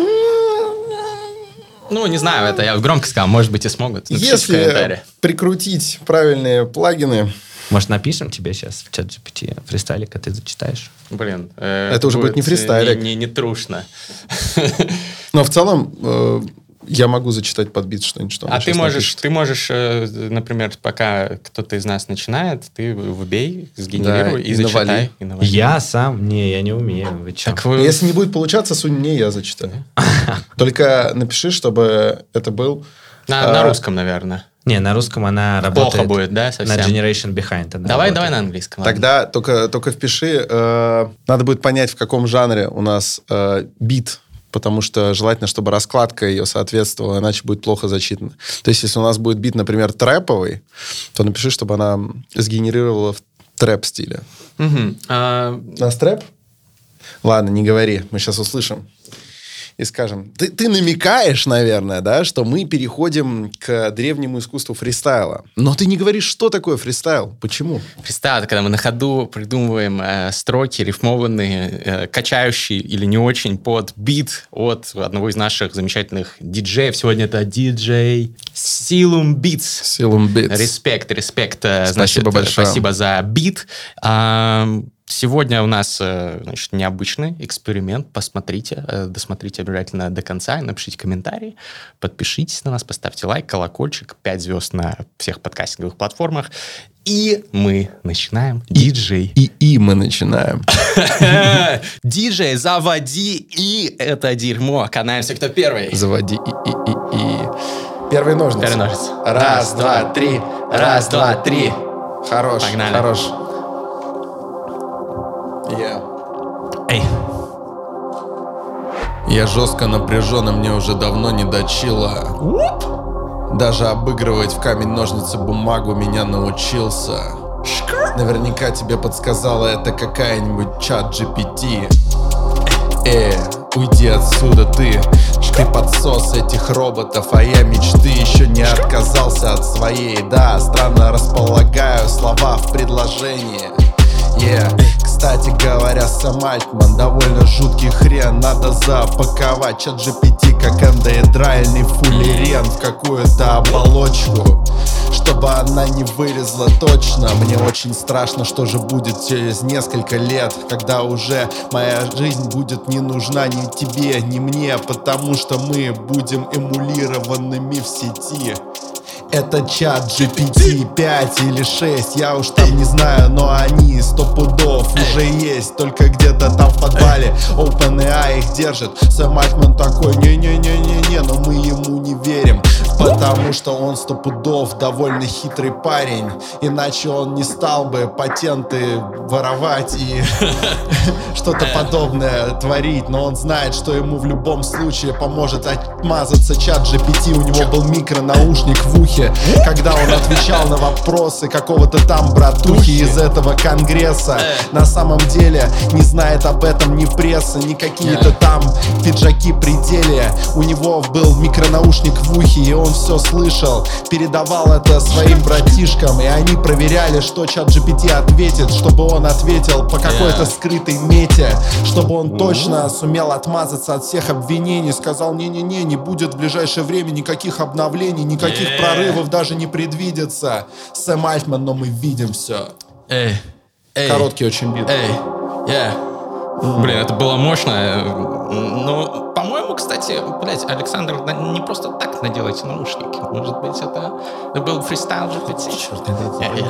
Ну, не знаю, это я громко сказал, может быть, и смогут. Напишите Если прикрутить правильные плагины... Может, напишем тебе сейчас в чат джи пи ти фристайлик, а ты зачитаешь? Блин. Э, это уже будет не фристайлик. Не, не, не трушно. Но в целом... Э, я могу зачитать под бит что-нибудь, что А ты можешь, ты можешь, например, пока кто-то из нас начинает, ты вбей, сгенерируй да, и, и зачитай. И я сам? Не, я не умею. Вы так вы... Если не будет получаться, сунь мне, я зачитаю. Только напиши, чтобы это был... На, а... на русском, наверное. Не, на русском она работает. Плохо будет, да, совсем? На Generation Behind. Давай, работает. давай на английском. Тогда ладно. только, только впиши. Э, надо будет понять, в каком жанре у нас э, бит, потому что желательно, чтобы раскладка ее соответствовала, иначе будет плохо зачитано. То есть, если у нас будет бит, например, трэповый, то напиши, чтобы она сгенерировала в трэп-стиле. Угу. А... У нас трэп? Ладно, не говори, мы сейчас услышим. И скажем, ты, ты намекаешь, наверное, да, что мы переходим к древнему искусству фристайла. Но ты не говоришь, что такое фристайл. Почему? Фристайл — это когда мы на ходу придумываем э, строки рифмованные, э, качающие или не очень под бит от одного из наших замечательных диджеев. Сегодня это диджей Silum Beats. Silum Beats. Респект, респект. Спасибо значит, большое. Спасибо за бит. А, Сегодня у нас, значит, необычный эксперимент. Посмотрите, досмотрите обязательно до конца, напишите комментарий, подпишитесь на нас, поставьте лайк, колокольчик, пять звезд на всех подкастинговых платформах. И мы начинаем. Диджей. И, и, и мы начинаем. Диджей, заводи и это дерьмо. Канаемся, кто первый? Заводи и, и, и, и. Первый ножницы. Первый ножницы. Раз, два, три. Раз, два, три. Хорош. Погнали. Хорош. Yeah. Эй. Я жестко напряжен, и мне уже давно не до чила. What? Даже обыгрывать в камень, ножницы, бумагу меня научился. Наверняка тебе подсказала это какая-нибудь чат джи пи ти. Э, уйди отсюда ты. Ты подсос этих роботов, а я мечты еще не отказался от своей. Да, странно располагаю слова в предложении. Yeah. Кстати говоря, Сэм Альтман довольно жуткий хрен. Надо запаковать чат джи пи ти как эндоидральный фуллерен в какую-то оболочку, чтобы она не вылезла точно. Мне очень страшно, что же будет через несколько лет, когда уже моя жизнь будет не нужна ни тебе, ни мне, потому что мы будем эмулированными в сети. Это чат джи пи ти пять или шесть, я уж там не знаю, но они сто пудов уже есть, только где-то там в подвале OpenAI их держит. Сэм Альтман такой, не-не-не-не-не, но мы ему не верим, потому что он сто пудов довольно хитрый парень, иначе он не стал бы патенты воровать и что-то подобное творить, но он знает, что ему в любом случае поможет отмазаться чат джи пи ти. У него был микронаушник в ухе, когда он отвечал на вопросы какого-то там братухи из этого конгресса. На самом деле не знает об этом ни пресса, ни какие-то там пиджаки при деле. У него был микронаушник в ухе, и он все слышал, передавал это своим братишкам, и они проверяли, что чат джи пи ти ответит, чтобы он ответил по какой-то скрытой мете, чтобы он точно сумел отмазаться от всех обвинений. Сказал, не-не-не, не будет в ближайшее время никаких обновлений, никаких yeah. прорывов даже не предвидится. Сэм Альтман, но мы видим все. Эй, эй, Короткий очень бит. Эй, yeah. mm. Блин, это было мощно. Ну, по-моему, кстати, блядь, Александр не просто так надел эти наушники. Может быть, это, это был фристайл джи пи ти. Черт, это... Эй,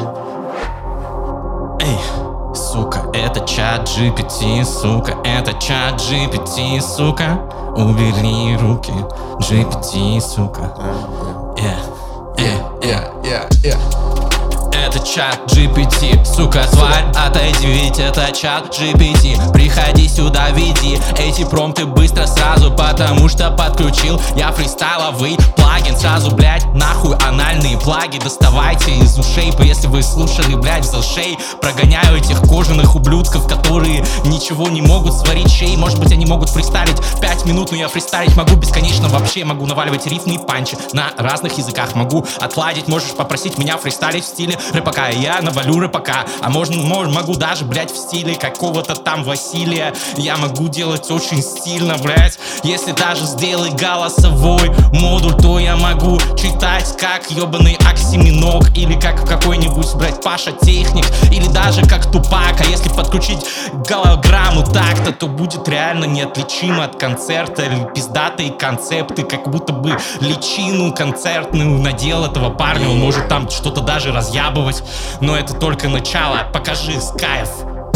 эй, сука, это чат джи пи ти, сука, это чат джи пи ти, сука. Убери руки, джи пи ти, сука. Yeah. Yeah, yeah, yeah, yeah. Это чат джи пи ти, сука, тварь, отойди, ведь это чат джи пи ти. Приходи сюда, веди эти промпты быстро сразу, потому что подключил я фристайловый плагин. Сразу, блять, нахуй анальные плаги доставайте из ушей. Если вы слушали, блять, в шей, прогоняю этих кожаных ублюдков, которые ничего не могут сварить шей. Может быть, они могут фристайлить пять минут, но я фристайлить могу бесконечно вообще. Могу наваливать рифмы и панчи на разных языках. Могу отладить, можешь попросить меня фристайлить в стиле рэпака, я навалю рэпака. А можно, мож, могу даже, блять, в стиле какого-то там Василия. Я могу делать очень стильно, блять. Если даже сделай голосовой модуль, то я могу читать как ебаный Оксиминог, или как какой-нибудь, блять, Паша Техник, или даже как Тупак. А если подключить голограмму так-то, то будет реально неотличимо от концерта. Или пиздатые концепты, как будто бы личину концертную надел этого парня. Он может там что-то даже разъябывать, но это только начало. Покажи, Скайф.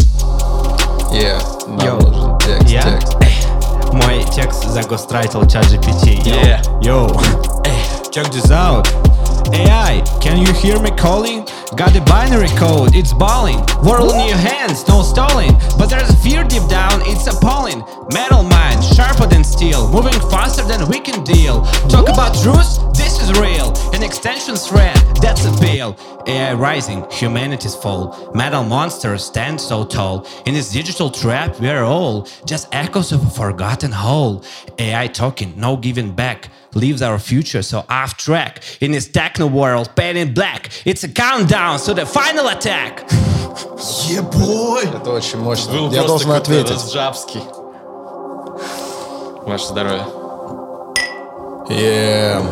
Yeah, нам нужен текст, Я? текст. Мой текст загострайтил чат джи пи ти. Yeah. Yo, check this out. A I, can you hear me calling? Got a binary code, it's balling. World in your hands, no stalling. But there's a fear deep down, it's appalling. Metal mind, sharper than steel, moving faster than we can deal. Talk about truth, this is real. An extension thread, that's a bill. A I rising, humanity's fall. Metal monsters stand so tall. In this digital trap, we're all just echoes of a forgotten whole. A I talking, no giving back. Leaves our future so off track. In this techno world, painted black. It's a countdown to the final attack. Ебой! Это очень мощно. Был Я должен ответить. Разджабский. Ваше здоровье. Yeah.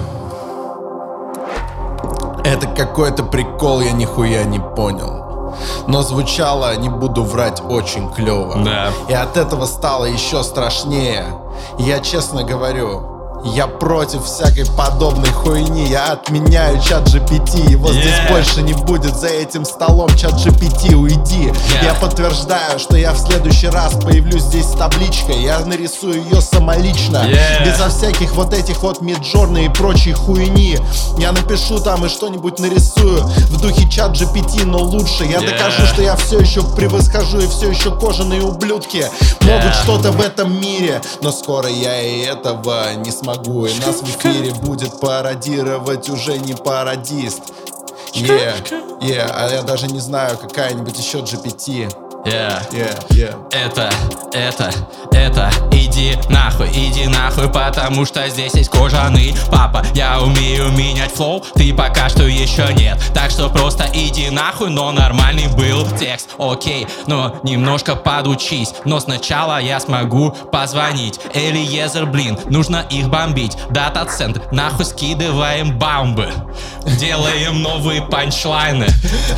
Это какой-то прикол, я нихуя не понял. Но звучало, не буду врать, очень клево. Да. И от этого стало еще страшнее. Я честно говорю, я против всякой подобной хуйни. Я отменяю чат джи пи ти. Его yeah. здесь больше не будет за этим столом. Чат джи пи ти, уйди. yeah. Я подтверждаю, что я в следующий раз появлюсь здесь с табличкой. Я нарисую ее самолично, yeah. безо всяких вот этих вот Midjourney и прочей хуйни. Я напишу там и что-нибудь нарисую в духе чат джи пи ти, но лучше. Я yeah. докажу, что я все еще превосхожу, и все еще кожаные ублюдки могут yeah. что-то в этом мире. Но скоро я и этого не смогу. Могу, и нас в эфире будет пародировать уже не пародист. Yeah, yeah, а я даже не знаю, какая-нибудь еще джи пи ти. Yeah. Yeah, yeah. Это, это, это, иди нахуй, иди нахуй, потому что здесь есть кожаный папа. Я умею менять флоу, ты пока что еще нет. Так что просто иди нахуй, но нормальный был текст. Окей, но немножко подучись. Но сначала я смогу позвонить. Элиезер, блин, нужно их бомбить. Дата-центр, нахуй скидываем бомбы. Делаем новые панчлайны.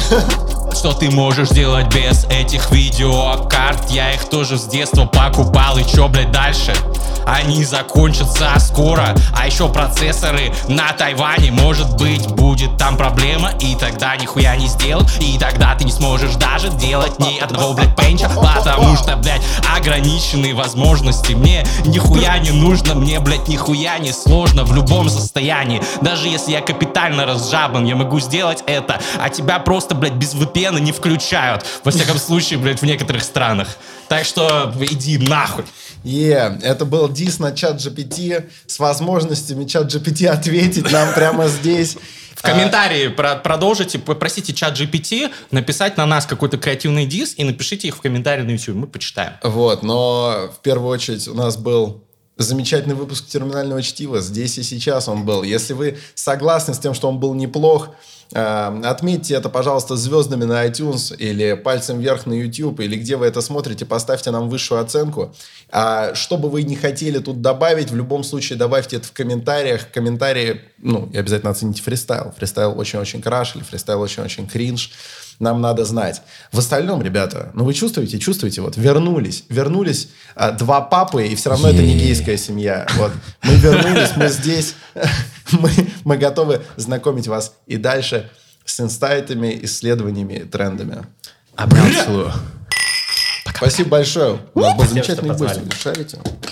Что ты можешь делать без этих видеокарт? Я их тоже с детства покупал. И чё, блядь, дальше? Они закончатся скоро. А еще процессоры на Тайване. Может быть, будет там проблема. И тогда нихуя не сделал. И тогда ты не сможешь даже делать ни одного, блядь, пенча. Потому что, блядь, ограниченные возможности. Мне нихуя не нужно. Мне, блядь, нихуя не сложно в любом состоянии. Даже если я капитально разжаблен, я могу сделать это. А тебя просто, блядь, без ви пи эн не включают. Во всяком случае, блядь, в некоторых странах. Так что иди нахуй. Yeah, это был дис на чат джи пи ти с возможностями чат джи пи ти ответить нам прямо здесь. В комментарии про- продолжите, попросите чат джи пи ти написать на нас какой-то креативный дис и напишите их в комментарии на YouTube, мы почитаем. Вот, но в первую очередь у нас был замечательный выпуск терминального чтива. Здесь и сейчас он был. Если вы согласны с тем, что он был неплох, отметьте это, пожалуйста, звездами на iTunes или пальцем вверх на YouTube, или где вы это смотрите, поставьте нам высшую оценку. А что бы вы ни хотели тут добавить, в любом случае добавьте это в комментариях. Комментарии, ну, и обязательно оцените фристайл. Фристайл очень-очень краш, или фристайл очень-очень кринж. Нам надо знать. В остальном, ребята, ну вы чувствуете, чувствуете, вот вернулись, вернулись а, два папы, и все равно yeah. это не гейская семья. Вот. Мы вернулись, мы здесь, мы, мы готовы знакомить вас и дальше с инсайтами, исследованиями, трендами. Обнял, целую. Спасибо большое. У нас был замечательный гость. Шарите?